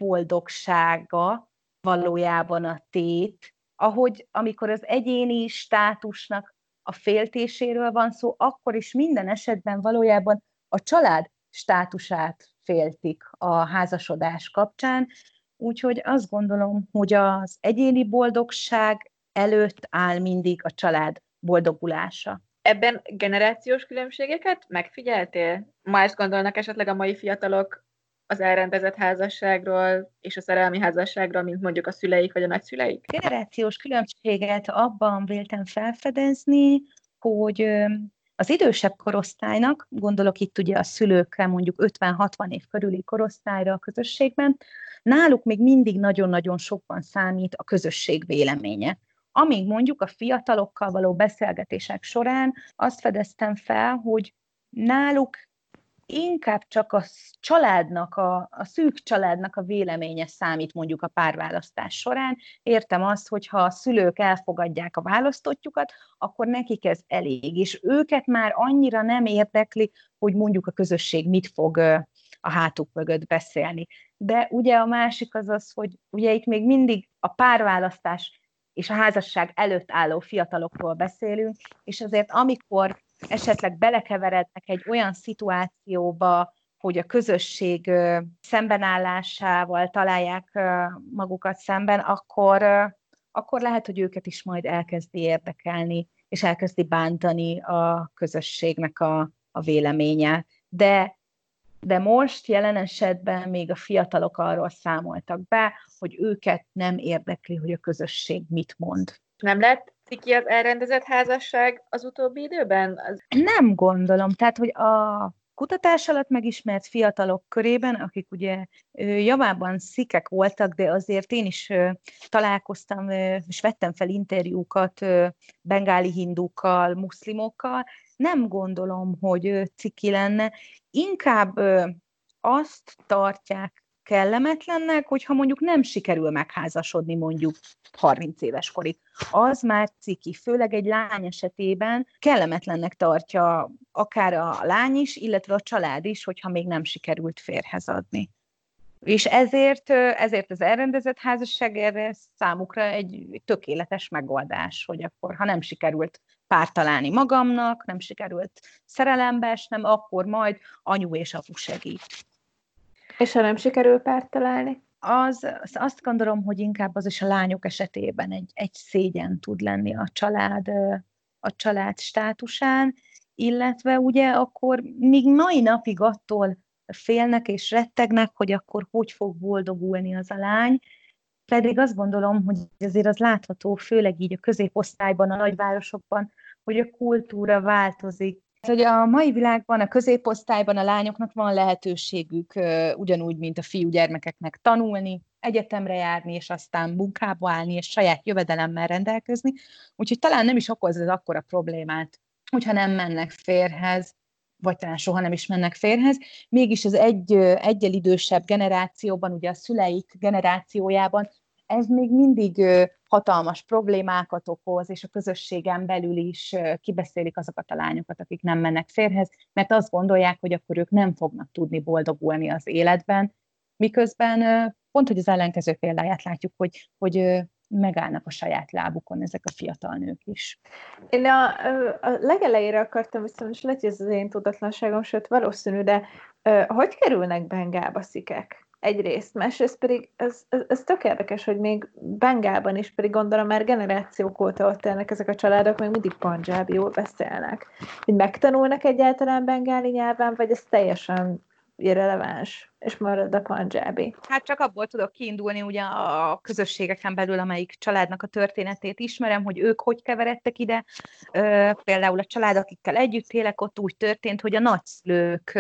boldogsága valójában a tét, amikor az egyéni státusnak a féltéséről van szó, akkor is minden esetben valójában a család státusát féltik a házasodás kapcsán, úgyhogy azt gondolom, hogy az egyéni boldogság előtt áll mindig a család boldogulása. Ebben generációs különbségeket megfigyeltél? Ma ezt gondolnak esetleg a mai fiatalok az elrendezett házasságról és a szerelmi házasságról, mint mondjuk a szüleik vagy a nagyszüleik? Generációs különbséget abban véltem felfedezni, hogy az idősebb korosztálynak, gondolok itt ugye a szülőkre, mondjuk 50-60 év körüli korosztályra a közösségben, náluk még mindig nagyon-nagyon sokban számít a közösség véleménye. Amíg mondjuk a fiatalokkal való beszélgetések során azt fedeztem fel, hogy náluk inkább csak a családnak, a szűk családnak a véleménye számít mondjuk a párválasztás során. Értem azt, hogy ha a szülők elfogadják a választottjukat, akkor nekik ez elég, és őket már annyira nem érdekli, hogy mondjuk a közösség mit fog a hátuk mögött beszélni. De ugye a másik az, hogy ugye itt még mindig a párválasztás és a házasság előtt álló fiatalokról beszélünk, és azért amikor esetleg belekeverednek egy olyan szituációba, hogy a közösség szembenállásával találják magukat szemben, akkor lehet, hogy őket is majd elkezdi érdekelni, és elkezdi bántani a közösségnek a véleménye. De most jelen esetben még a fiatalok arról számoltak be, hogy őket nem érdekli, hogy a közösség mit mond. Nem lett ciki az elrendezett házasság az utóbbi időben? Nem gondolom. Tehát, hogy a kutatás alatt megismert fiatalok körében, akik ugye javában szikhek voltak, de azért én is találkoztam, és vettem fel interjúkat bengáli hindukkal, muszlimokkal, nem gondolom, hogy ciki lenne. Inkább azt tartják kellemetlennek, hogyha mondjuk nem sikerül megházasodni mondjuk 30 éves korig. Az már ciki, főleg egy lány esetében kellemetlennek tartja akár a lány is, illetve a család is, hogyha még nem sikerült férjhez adni. És ezért az elrendezett házasság erre számukra egy tökéletes megoldás, hogy akkor, ha nem sikerült párt találni magamnak, nem sikerült szerelembe esnem, akkor majd anyu és apu segít. És ha nem sikerül párt találni? Azt gondolom, hogy inkább az is a lányok esetében egy szégyen tud lenni a család státusán, illetve ugye akkor még mai napig attól félnek és rettegnek, hogy akkor hogy fog boldogulni az a lány, pedig azt gondolom, hogy azért az látható, főleg így a középosztályban, a nagyvárosokban, hogy a kultúra változik. Hogy a mai világban, a középosztályban a lányoknak van lehetőségük ugyanúgy, mint a fiúgyermekeknek tanulni, egyetemre járni, és aztán munkába állni, és saját jövedelemmel rendelkezni. Úgyhogy talán nem is okoz ez akkora problémát, hogyha nem mennek férjhez, vagy talán soha nem is mennek férjhez. Mégis az egyel idősebb generációban, ugye a szüleik generációjában ez még mindig hatalmas problémákat okoz, és a közösségen belül is kibeszélik azokat a lányokat, akik nem mennek férjhez, mert azt gondolják, hogy akkor ők nem fognak tudni boldogulni az életben, miközben pont, hogy az ellenkező példáját látjuk, hogy megállnak a saját lábukon ezek a fiatal nők is. Én a legelejére akartam viszont, és lehet, hogy ez az én tudatlanságom, sőt valószínű, de hogy kerülnek Bengába szikhek? Egyrészt, másrészt pedig ez tök érdekes, hogy még Bengálban is, pedig gondolom már generációk óta ott élnek ezek a családok, még mindig pandzsábiul beszélnek. Hogy megtanulnak egyáltalán bengáli nyelven, vagy ez teljesen irreleváns, és marad a pandzsábi? Hát csak abból tudok kiindulni ugye a közösségeken belül, amelyik családnak a történetét ismerem, hogy ők hogy keveredtek ide. Például a család, akikkel együtt élek, ott úgy történt, hogy a nagyszülők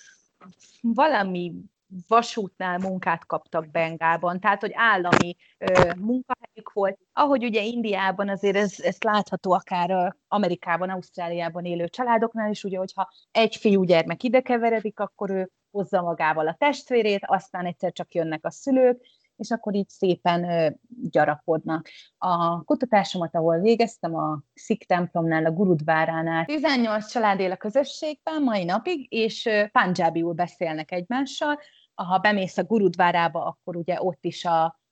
valami vasútnál munkát kaptak Bengálban, tehát, hogy állami munkahelyük volt. Ahogy ugye Indiában azért ez látható akár Amerikában, Ausztráliában élő családoknál is, ugye, hogyha egy fiúgyermek ide keveredik, akkor ő hozza magával a testvérét, aztán egyszer csak jönnek a szülők, és akkor így szépen gyarapodnak. A kutatásomat, ahol végeztem, a Szikh templomnál, a Gurudváránál 18 család él a közösségben mai napig, és pandzsábiul beszélnek egymással. Ha bemész a Gurudvárába, akkor ugye ott is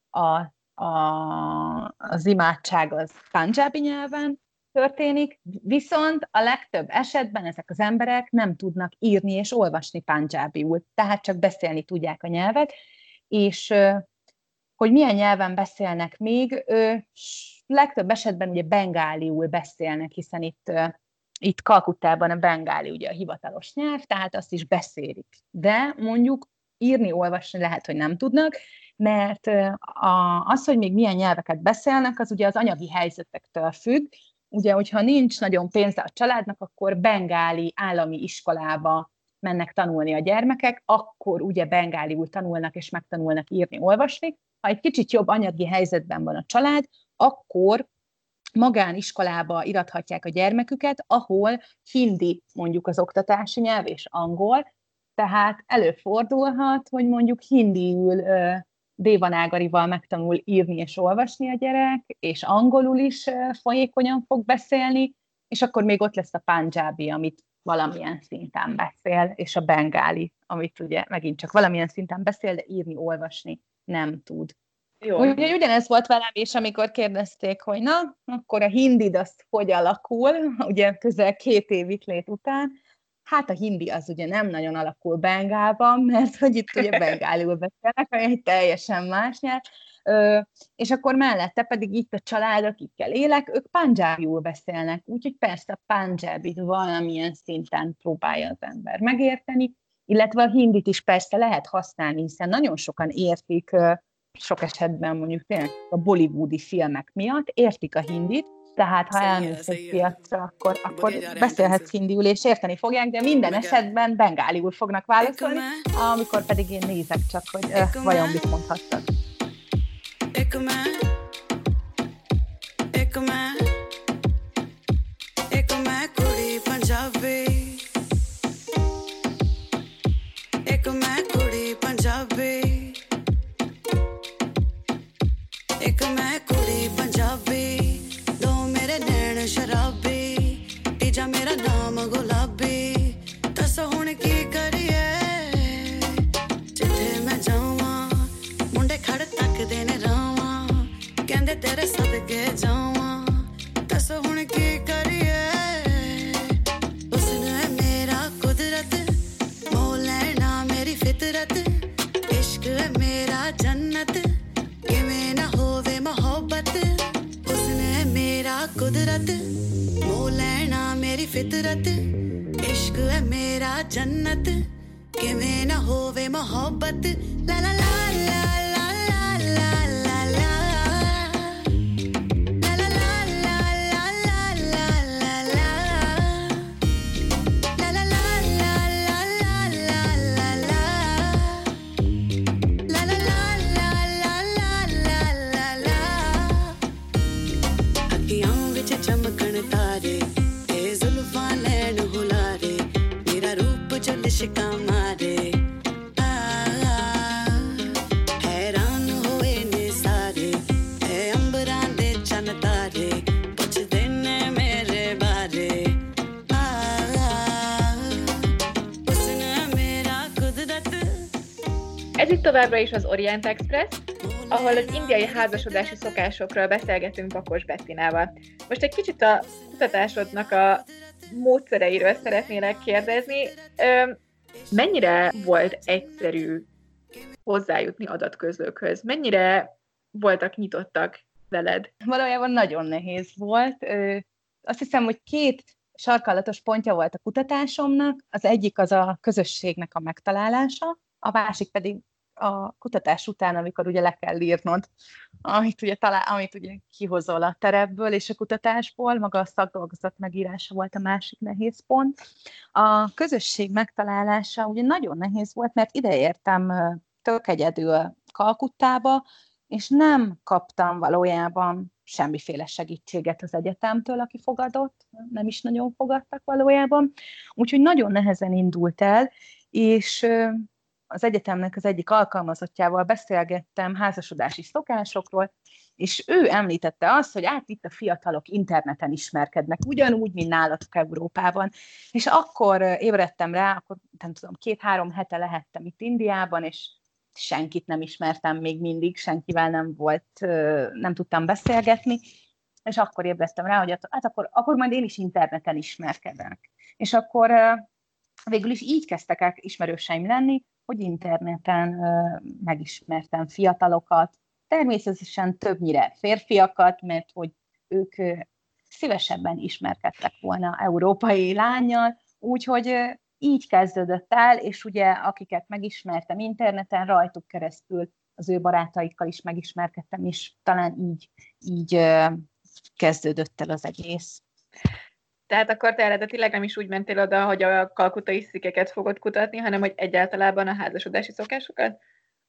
az imádság az pandzsábi nyelven történik, viszont a legtöbb esetben ezek az emberek nem tudnak írni és olvasni pandzsábiul, tehát csak beszélni tudják a nyelvet, és hogy milyen nyelven beszélnek még, legtöbb esetben ugye bengáliul beszélnek, hiszen itt Kalkuttában a bengáli ugye a hivatalos nyelv, tehát azt is beszélik. De mondjuk írni, olvasni lehet, hogy nem tudnak, mert az, hogy még milyen nyelveket beszélnek, az ugye az anyagi helyzetektől függ. Ugye, hogyha nincs nagyon pénze a családnak, akkor bengáli állami iskolába mennek tanulni a gyermekek, akkor ugye bengáliul tanulnak és megtanulnak írni, olvasni. Ha egy kicsit jobb anyagi helyzetben van a család, akkor magániskolába irathatják a gyermeküket, ahol hindi mondjuk az oktatási nyelv és angol, Tehát előfordulhat, hogy mondjuk hindiül Devanagarival megtanul írni és olvasni a gyerek, és angolul is folyékonyan fog beszélni, és akkor még ott lesz a punjabi, amit valamilyen szinten beszél, és a bengáli, amit ugye megint csak valamilyen szinten beszél, de írni, olvasni nem tud. Jó. Úgyhogy ugyanez volt velem is, amikor kérdezték, hogy na, akkor a hindid az hogy alakul, ugye közel 2 év itt lét után. Hát a hindi az ugye nem nagyon alakul Bengálban, mert hogy itt ugye bengáliul beszélnek, ami egy teljesen más nyelv. És akkor mellette pedig itt a család, akikkel élek, ők punjabiul beszélnek, úgyhogy persze a punjabit valamilyen szinten próbálja az ember megérteni, illetve a hindit is persze lehet használni, hiszen nagyon sokan értik, sok esetben mondjuk tényleg a bollywoodi filmek miatt értik a hindit, tehát ha elmész egy piacra, akkor beszélhetsz hindiul és érteni fogják, de minden esetben bengáliul fognak válaszolni, amikor pedig én nézek csak, hogy vajon mit mondhattak. Ez itt továbbra is az Orient Express, ahol az indiai házasodási szokásokról beszélgetünk Bakos Bettinával. Most egy kicsit a kutatásodnak a módszereiről szeretnélek kérdezni. Mennyire volt egyszerű hozzájutni adatközlőkhöz? Mennyire voltak nyitottak veled? Valójában nagyon nehéz volt. Azt hiszem, hogy 2 sarkalatos pontja volt a kutatásomnak. Az egyik az a közösségnek a megtalálása, a másik pedig a kutatás után, amikor ugye le kell írnod, amit ugye kihozol a terepből és a kutatásból, maga a szakdolgozat megírása volt a másik nehéz pont. A közösség megtalálása ugye nagyon nehéz volt, mert ide értem tök egyedül Kalkuttába, és nem kaptam valójában semmiféle segítséget az egyetemtől, aki fogadott, nem is nagyon fogadtak valójában, úgyhogy nagyon nehezen indult el, és az egyetemnek az egyik alkalmazottjával beszélgettem házasodási szokásokról, és ő említette azt, hogy itt a fiatalok interneten ismerkednek, ugyanúgy, mint nálatok Európában. És akkor ébredtem rá, akkor nem tudom, 2-3 hete lehettem itt Indiában, és senkit nem ismertem még mindig, senkivel nem tudtam beszélgetni, és akkor ébredtem rá, hogy akkor majd én is interneten ismerkedek. És akkor végül is így kezdtek el ismerőseim lenni, hogy interneten megismertem fiatalokat, természetesen többnyire férfiakat, mert hogy ők szívesebben ismerkedtek volna európai lánnyal, úgyhogy így kezdődött el, és ugye akiket megismertem interneten, rajtuk keresztül az ő barátaikkal is megismerkedtem, és talán így kezdődött el az egész. Tehát akkor te eredetileg nem is úgy mentél oda, hogy a kalkuttai szikeket fogod kutatni, hanem hogy egyáltalán a házasodási szokásokat?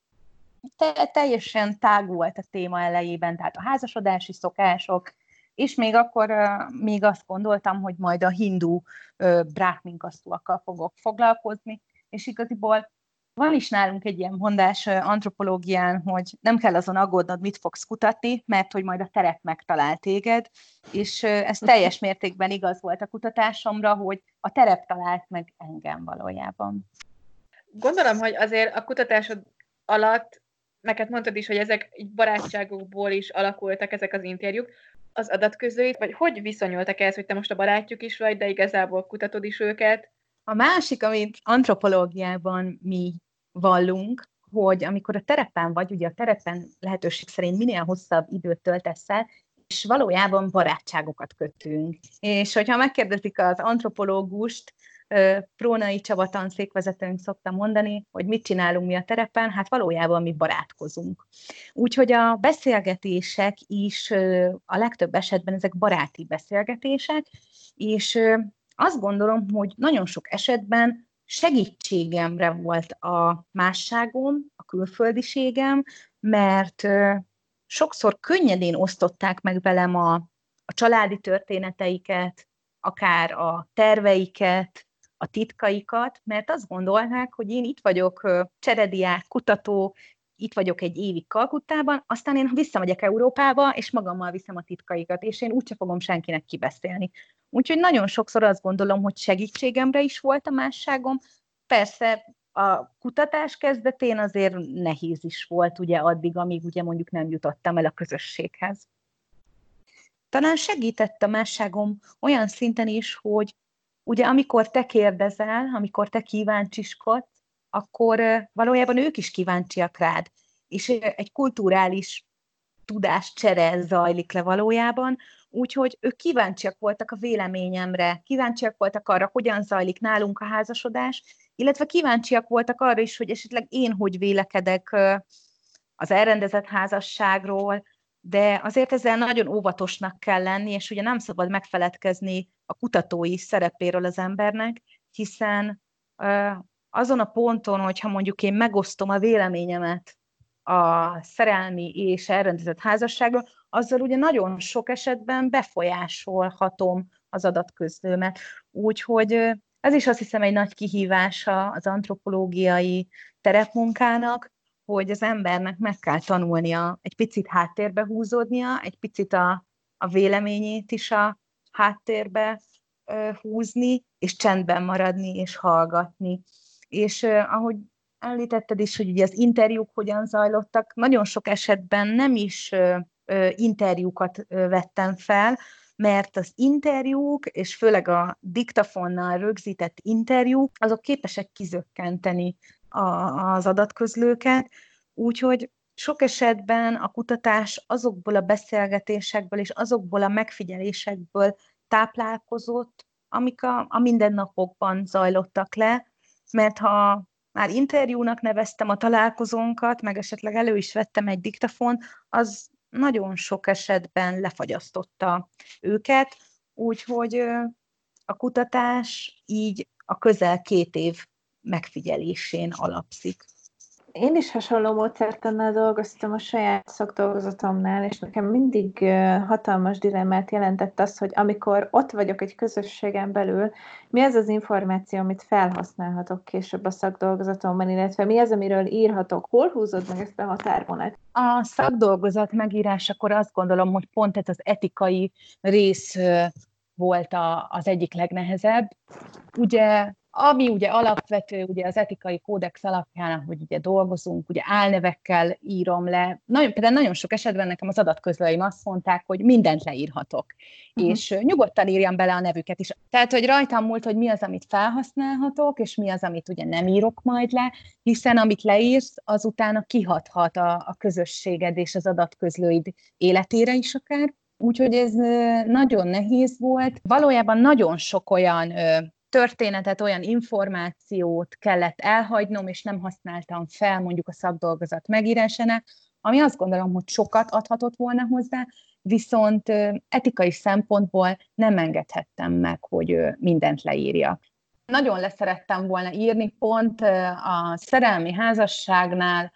Teljesen tág volt a téma elejében, tehát a házasodási szokások, és még akkor még azt gondoltam, hogy majd a hindu bráhminkasztúakkal fogok foglalkozni, és igaziból van is nálunk egy ilyen mondás antropológián, hogy nem kell azon aggódnod, mit fogsz kutatni, mert hogy majd a terep megtalál téged, és ez teljes mértékben igaz volt a kutatásomra, hogy a terep talált meg engem valójában. Gondolom, hogy azért a kutatásod alatt, neked mondtad is, hogy ezek így barátságokból is alakultak ezek az interjúk, az adatközlőid, vagy hogy viszonyultak ehhez, hogy te most a barátjuk is vagy, de igazából kutatod is őket? A másik, amit antropológiában mi vallunk, hogy amikor a terepen vagy, ugye a terepen lehetőség szerint minél hosszabb időt töltesz el, és valójában barátságokat kötünk. És hogyha megkérdezik az antropológust, Prónai Csaba tanszékvezetőnk szokta mondani, hogy mit csinálunk mi a terepen, hát valójában mi barátkozunk. Úgyhogy a beszélgetések is a legtöbb esetben ezek baráti beszélgetések, és azt gondolom, hogy nagyon sok esetben segítségemre volt a másságom, a külföldiségem, mert sokszor könnyedén osztották meg velem a családi történeteiket, akár a terveiket, a titkaikat, mert azt gondolták, hogy én itt vagyok cserediák, kutató, itt vagyok egy évig Kalkuttában, aztán én visszamegyek Európába, és magammal viszem a titkaikat, és én úgyse fogom senkinek kibeszélni. Úgyhogy nagyon sokszor azt gondolom, hogy segítségemre is volt a másságom. Persze a kutatás kezdetén azért nehéz is volt, ugye addig, amíg ugye mondjuk nem jutottam el a közösséghez. Talán segített a másságom olyan szinten is, hogy ugye amikor te kérdezel, amikor te kíváncsiskodsz, akkor valójában ők is kíváncsiak rád. És egy kulturális tudáscsere zajlik le valójában, úgyhogy ők kíváncsiak voltak a véleményemre, kíváncsiak voltak arra, hogyan zajlik nálunk a házasodás, illetve kíváncsiak voltak arra is, hogy esetleg én hogy vélekedek az elrendezett házasságról, de azért ezzel nagyon óvatosnak kell lenni, és ugye nem szabad megfeledkezni a kutatói szerepéről az embernek, hiszen azon a ponton, hogyha mondjuk én megosztom a véleményemet a szerelmi és elrendezett házasságról, azzal ugye nagyon sok esetben befolyásolhatom az adatközlőmet. Úgyhogy ez is azt hiszem egy nagy kihívása az antropológiai terepmunkának, hogy az embernek meg kell tanulnia egy picit háttérbe húzódnia, egy picit a véleményét is a háttérbe húzni, és csendben maradni, és hallgatni. És ahogy említetted is, hogy ugye az interjúk hogyan zajlottak, nagyon sok esetben nem is interjúkat vettem fel, mert az interjúk, és főleg a diktafonnal rögzített interjúk, azok képesek kizökkenteni az adatközlőket, úgyhogy sok esetben a kutatás azokból a beszélgetésekből és azokból a megfigyelésekből táplálkozott, amik a mindennapokban zajlottak le, mert ha már interjúnak neveztem a találkozónkat, meg esetleg elő is vettem egy diktafon, az nagyon sok esetben lefagyasztotta őket, úgyhogy a kutatás így a közel 2 év megfigyelésén alapszik. Én is hasonló módszertannal dolgoztam a saját szakdolgozatomnál, és nekem mindig hatalmas dilemmát jelentett az, hogy amikor ott vagyok egy közösségen belül, mi az az információ, amit felhasználhatok később a szakdolgozatomban, illetve mi az, amiről írhatok, hol húzod meg ezt a határvonalat? A szakdolgozat megírásakor azt gondolom, hogy pont ez az etikai rész volt az egyik legnehezebb. Ugye ami ugye alapvető, ugye az etikai kódex alapján, hogy ugye dolgozunk, ugye álnevekkel írom le. Például nagyon sok esetben nekem az adatközlőim azt mondták, hogy mindent leírhatok, és nyugodtan írjam bele a nevüket is. Tehát, hogy rajtam múlt, hogy mi az, amit felhasználhatok, és mi az, amit ugye nem írok majd le, hiszen amit leírsz, az utána kihathat a közösséged és az adatközlőid életére is akár. Úgyhogy ez nagyon nehéz volt. Valójában nagyon sok olyan történetet, olyan információt kellett elhagynom, és nem használtam fel mondjuk a szakdolgozat megírásánál, ami azt gondolom, hogy sokat adhatott volna hozzá, viszont etikai szempontból nem engedhettem meg, hogy mindent leírjak. Nagyon leszerettem volna írni pont a szerelmi házasságnál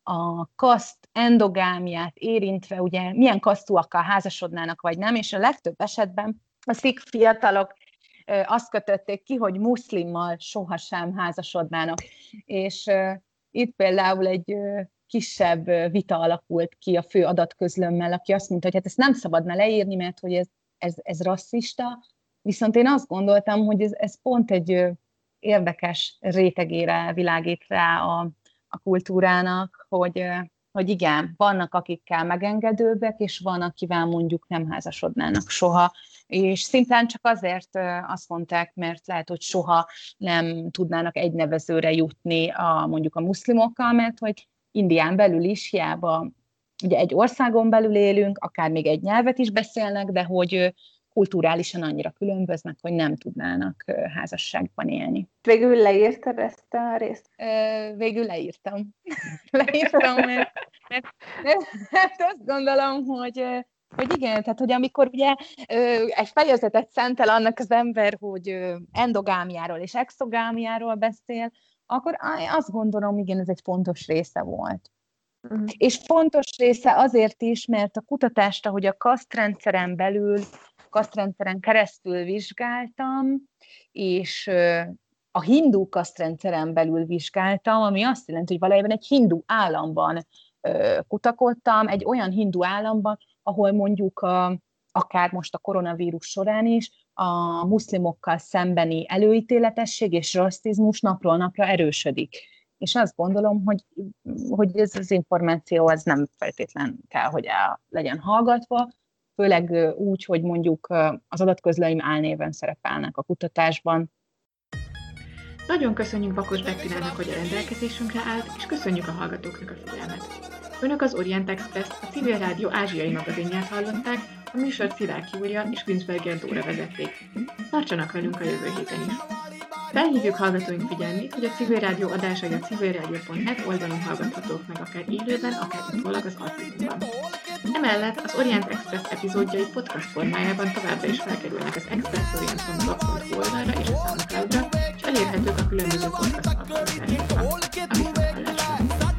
a kaszt endogámiát érintve, ugye milyen kasztúakkal házasodnának vagy nem, és a legtöbb esetben a szikh fiatalok azt kötötték ki, hogy muszlimmal sohasem házasodnának. És itt például egy kisebb vita alakult ki a fő adatközlőmmel, aki azt mondta, hogy hát ezt nem szabadna leírni, mert hogy ez rasszista, viszont én azt gondoltam, hogy ez pont egy érdekes rétegére világít rá a kultúrának, hogy igen, vannak akikkel megengedőbbek, és van, akivel mondjuk nem házasodnának soha, és szintén csak azért azt mondták, mert lehet, hogy soha nem tudnának egy nevezőre jutni mondjuk a muszlimokkal, mert hogy Indián belül is hiába, ugye egy országon belül élünk, akár még egy nyelvet is beszélnek, de hogy kulturálisan annyira különböznek, hogy nem tudnának házasságban élni. Végül leírtad ezt a részt? Végül leírtam. mert azt gondolom, hogy igen, tehát hogy amikor ugye egy fejezetet szentel annak az ember, hogy endogámiáról és exogámiáról beszél, akkor azt gondolom, igen, ez egy fontos része volt. És fontos része azért is, mert a kutatást, ahogy a kasztrendszeren keresztül vizsgáltam, és a hindu kasztrendszeren belül vizsgáltam, ami azt jelenti, hogy valójában egy hindu államban kutakodtam, egy olyan hindu államban, ahol mondjuk akár most a koronavírus során is a muszlimokkal szembeni előítéletesség és rasszizmus napról napra erősödik. És azt gondolom, hogy ez az információ ez nem feltétlen kell, hogy legyen hallgatva, főleg úgy, hogy mondjuk az adatközlőim álnéven szerepelnek a kutatásban. Nagyon köszönjük Bakos Bettinának, hogy a rendelkezésünkre állt, és köszönjük a hallgatóknak a figyelmet. Önök az Orient Express, a Civil Rádió ázsiai magazinját hallották, a műsort Szivák Júlia és Günzberger Dóra vezették. Tartsanak velünk a jövő héten is! Felhívjuk hallgatóink figyelmét, hogy a Civil Rádió adásai a civilradio.net oldalon hallgathatók meg akár élőben, akár utólag az archívumban. Emellett az Orient Express epizódjai podcast formájában továbbra is felkerülnek az expressorient.blog.hu oldalra és a SoundCloudra, és elérhetők a különböző podcast alkalmazásokban. A viszonthallásra!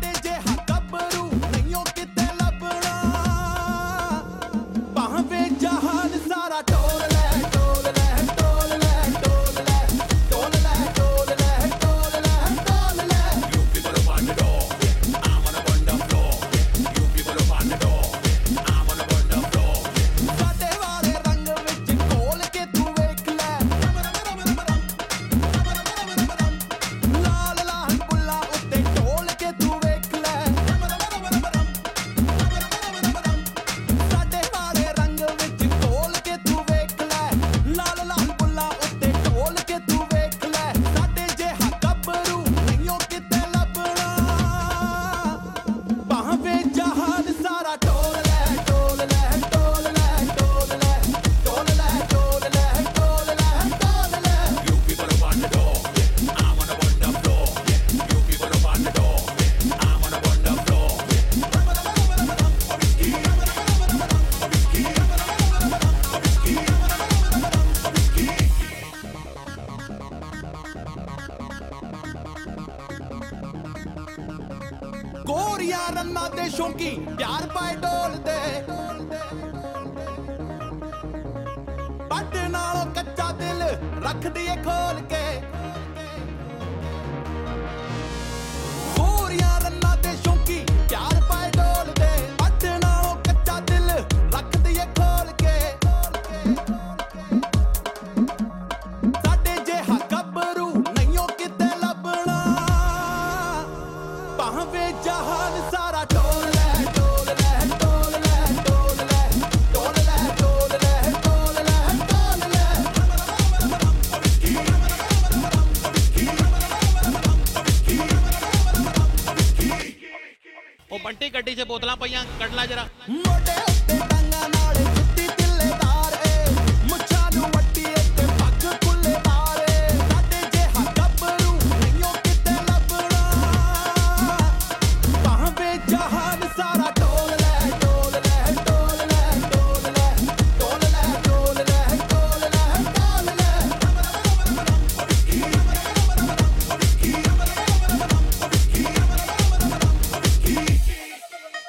बोतल पईया कट ला जरा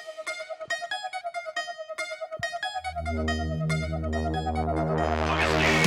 Augustine.